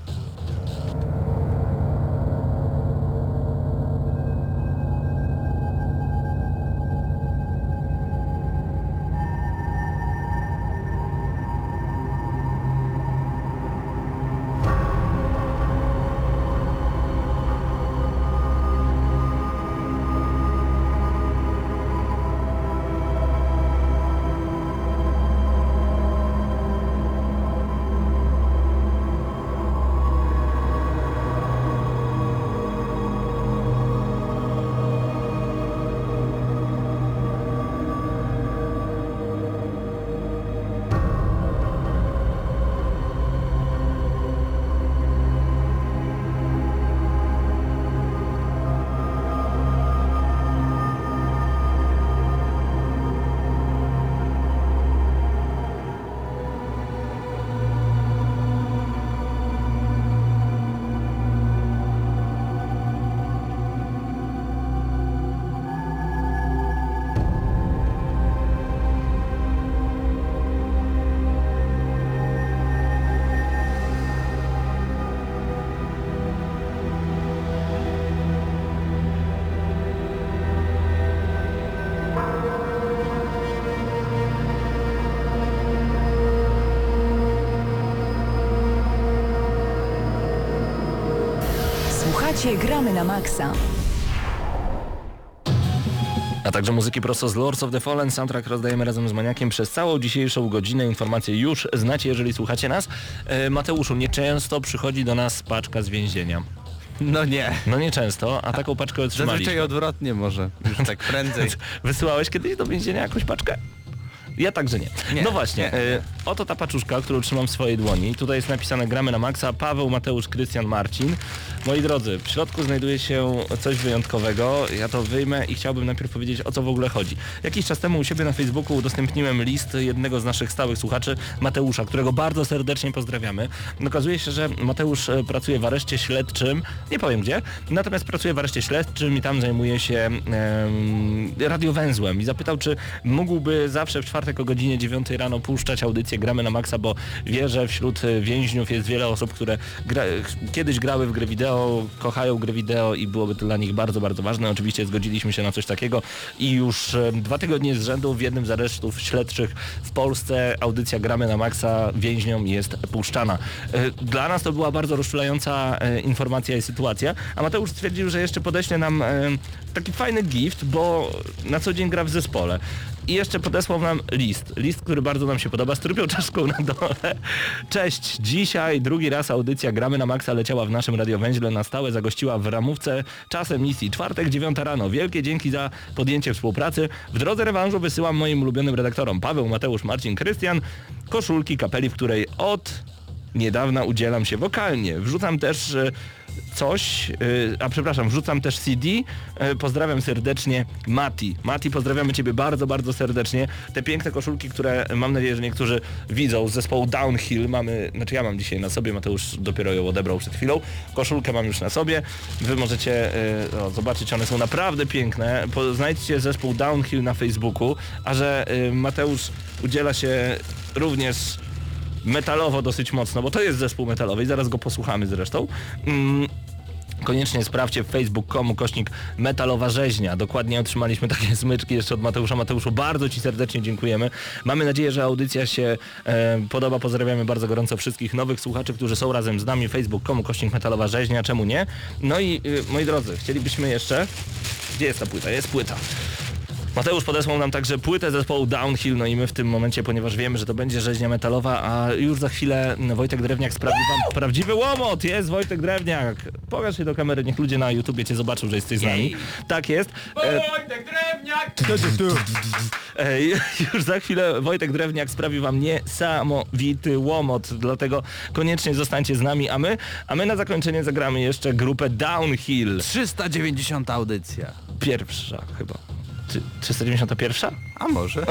Speaker 6: Słuchacie Gramy na Maxa.
Speaker 2: A także muzyki prosto z Lords of the Fallen. Soundtrack rozdajemy razem z Maniakiem przez całą dzisiejszą godzinę. Informacje już znacie, jeżeli słuchacie nas. E, Mateuszu, nieczęsto przychodzi do nas paczka z więzienia.
Speaker 3: No nie.
Speaker 2: No nieczęsto, a taką paczkę otrzymaliśmy.
Speaker 3: Zazwyczaj odwrotnie może, już tak prędzej.
Speaker 2: Wysyłałeś kiedyś do więzienia jakąś paczkę? Ja także nie.
Speaker 3: Nie,
Speaker 2: no właśnie,
Speaker 3: nie.
Speaker 2: e, oto ta paczuszka, którą trzymam w swojej dłoni. Tutaj jest napisane gramy na maksa, Paweł, Mateusz, Krystian, Marcin. Moi drodzy, w środku znajduje się coś wyjątkowego. Ja to wyjmę i chciałbym najpierw powiedzieć, o co w ogóle chodzi. Jakiś czas temu u siebie na Facebooku udostępniłem list jednego z naszych stałych słuchaczy, Mateusza, którego bardzo serdecznie pozdrawiamy. Okazuje się, że Mateusz e, pracuje w areszcie śledczym, nie powiem gdzie, natomiast pracuje w areszcie śledczym i tam zajmuje się em, radiowęzłem i zapytał, czy mógłby zawsze w czwartek o godzinie dziewiątej rano puszczać audycję Gramy na Maxa, bo wie, że wśród więźniów jest wiele osób, które gra, kiedyś grały w gry wideo, kochają gry wideo i byłoby to dla nich bardzo, bardzo ważne. Oczywiście zgodziliśmy się na coś takiego i już e, dwa tygodnie z rzędu w jednym z aresztów śledczych w Polsce audycja Gramy na Maxa więźniom jest puszczana. E, Dla nas to była bardzo rozczulająca e, informacja i sytuacja, a Mateusz stwierdził, że jeszcze podeśle nam e, taki fajny gift, bo na co dzień gra w zespole. I jeszcze podesłał nam list. List, który bardzo nam się podoba, z trupią czaszką na dole. Cześć, dzisiaj drugi raz audycja Gramy na Maxa leciała w naszym radiowęźle na stałe, zagościła w ramówce czas emisji. Czwartek, dziewiąta rano. Wielkie dzięki za podjęcie współpracy. W drodze rewanżu wysyłam moim ulubionym redaktorom Paweł, Mateusz, Marcin, Krystian koszulki, kapeli, w której od niedawna udzielam się wokalnie. Wrzucam też e, coś, e, a przepraszam, wrzucam też C D. E, pozdrawiam serdecznie Mati. Mati, pozdrawiamy Ciebie bardzo, bardzo serdecznie. Te piękne koszulki, które mam nadzieję, że niektórzy widzą z zespołu Downhill mamy, znaczy ja mam dzisiaj na sobie, Mateusz dopiero ją odebrał przed chwilą. Koszulkę mam już na sobie. Wy możecie e, o, zobaczyć, one są naprawdę piękne. Po, znajdźcie zespół Downhill na Facebooku, a że e, Mateusz udziela się również metalowo dosyć mocno, bo to jest zespół metalowy i zaraz go posłuchamy zresztą. Mm. Koniecznie sprawdźcie w facebook kropka com kośnik metalowa rzeźnia. Dokładnie otrzymaliśmy takie smyczki jeszcze od Mateusza. Mateuszu, bardzo Ci serdecznie dziękujemy. Mamy nadzieję, że audycja się e, podoba. Pozdrawiamy bardzo gorąco wszystkich nowych słuchaczy, którzy są razem z nami. facebook kropka com kośnik metalowa rzeźnia. Czemu nie? No i e, moi drodzy, chcielibyśmy jeszcze... Gdzie jest ta płyta? Jest płyta. Mateusz podesłał nam także płytę zespołu Downhill, no i my w tym momencie, ponieważ wiemy, że to będzie rzeźnia metalowa, a już za chwilę Wojtek Drewniak sprawi wam prawdziwy łomot. Jest Wojtek Drewniak. Pokaż się do kamery, niech ludzie na YouTubie Cię zobaczą, że jesteś z nami. Tak jest. E,
Speaker 7: Wojtek Drewniak!
Speaker 2: e, już za chwilę Wojtek Drewniak sprawi wam niesamowity łomot, dlatego koniecznie zostańcie z nami, a my, a my na zakończenie zagramy jeszcze grupę Downhill.
Speaker 3: trzysta dziewięćdziesiąta audycja.
Speaker 2: Pierwsza chyba. Czy trzysta dziewięćdziesiąta pierwsza?
Speaker 3: A może?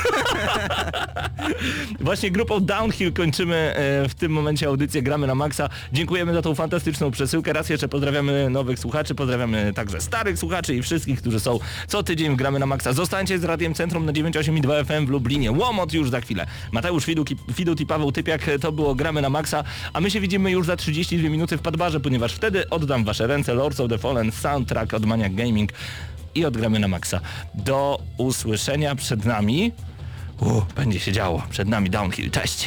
Speaker 2: Właśnie grupą Downhill kończymy e, w tym momencie audycję Gramy na Maxa. Dziękujemy za tą fantastyczną przesyłkę. Raz jeszcze pozdrawiamy nowych słuchaczy, pozdrawiamy także starych słuchaczy i wszystkich, którzy są co tydzień w Gramy na Maxa. Zostańcie z Radiem Centrum na dziewięćdziesiąt osiem i dwa F M w Lublinie. Łomot już za chwilę. Mateusz Widut i, Widut i Paweł Typiak, to było Gramy na Maxa, a my się widzimy już za trzydzieści dwie minuty w Padbarze, ponieważ wtedy oddam wasze ręce Lords of the Fallen, soundtrack od Maniac Gaming i odgramy na Maxa. Do usłyszenia przed nami. U, będzie się działo. Przed nami Downhill. Cześć!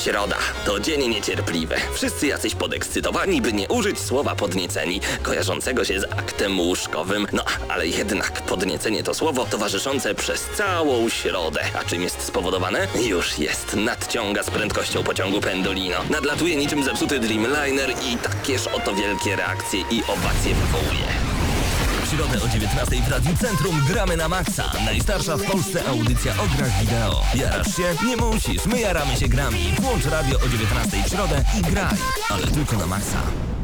Speaker 1: Środa to dzień niecierpliwy. Wszyscy jacyś podekscytowani, by nie użyć słowa podnieceni, kojarzącego się z aktem łóżkowym. No, ale jednak podniecenie to słowo towarzyszące przez całą środę. A czym jest spowodowane? Już jest. Nadciąga z prędkością pociągu Pendolino. Nadlatuje niczym zepsuty Dreamliner i takież oto wielkie reakcje i owacje wywołuje.
Speaker 7: W środę o dziewiętnastej w Radiu Centrum gramy na maksa. Najstarsza w Polsce audycja o grach wideo. Jarasz się? Nie musisz. My jaramy się grami. Włącz radio o dziewiętnastej w środę i graj. Ale tylko na maksa.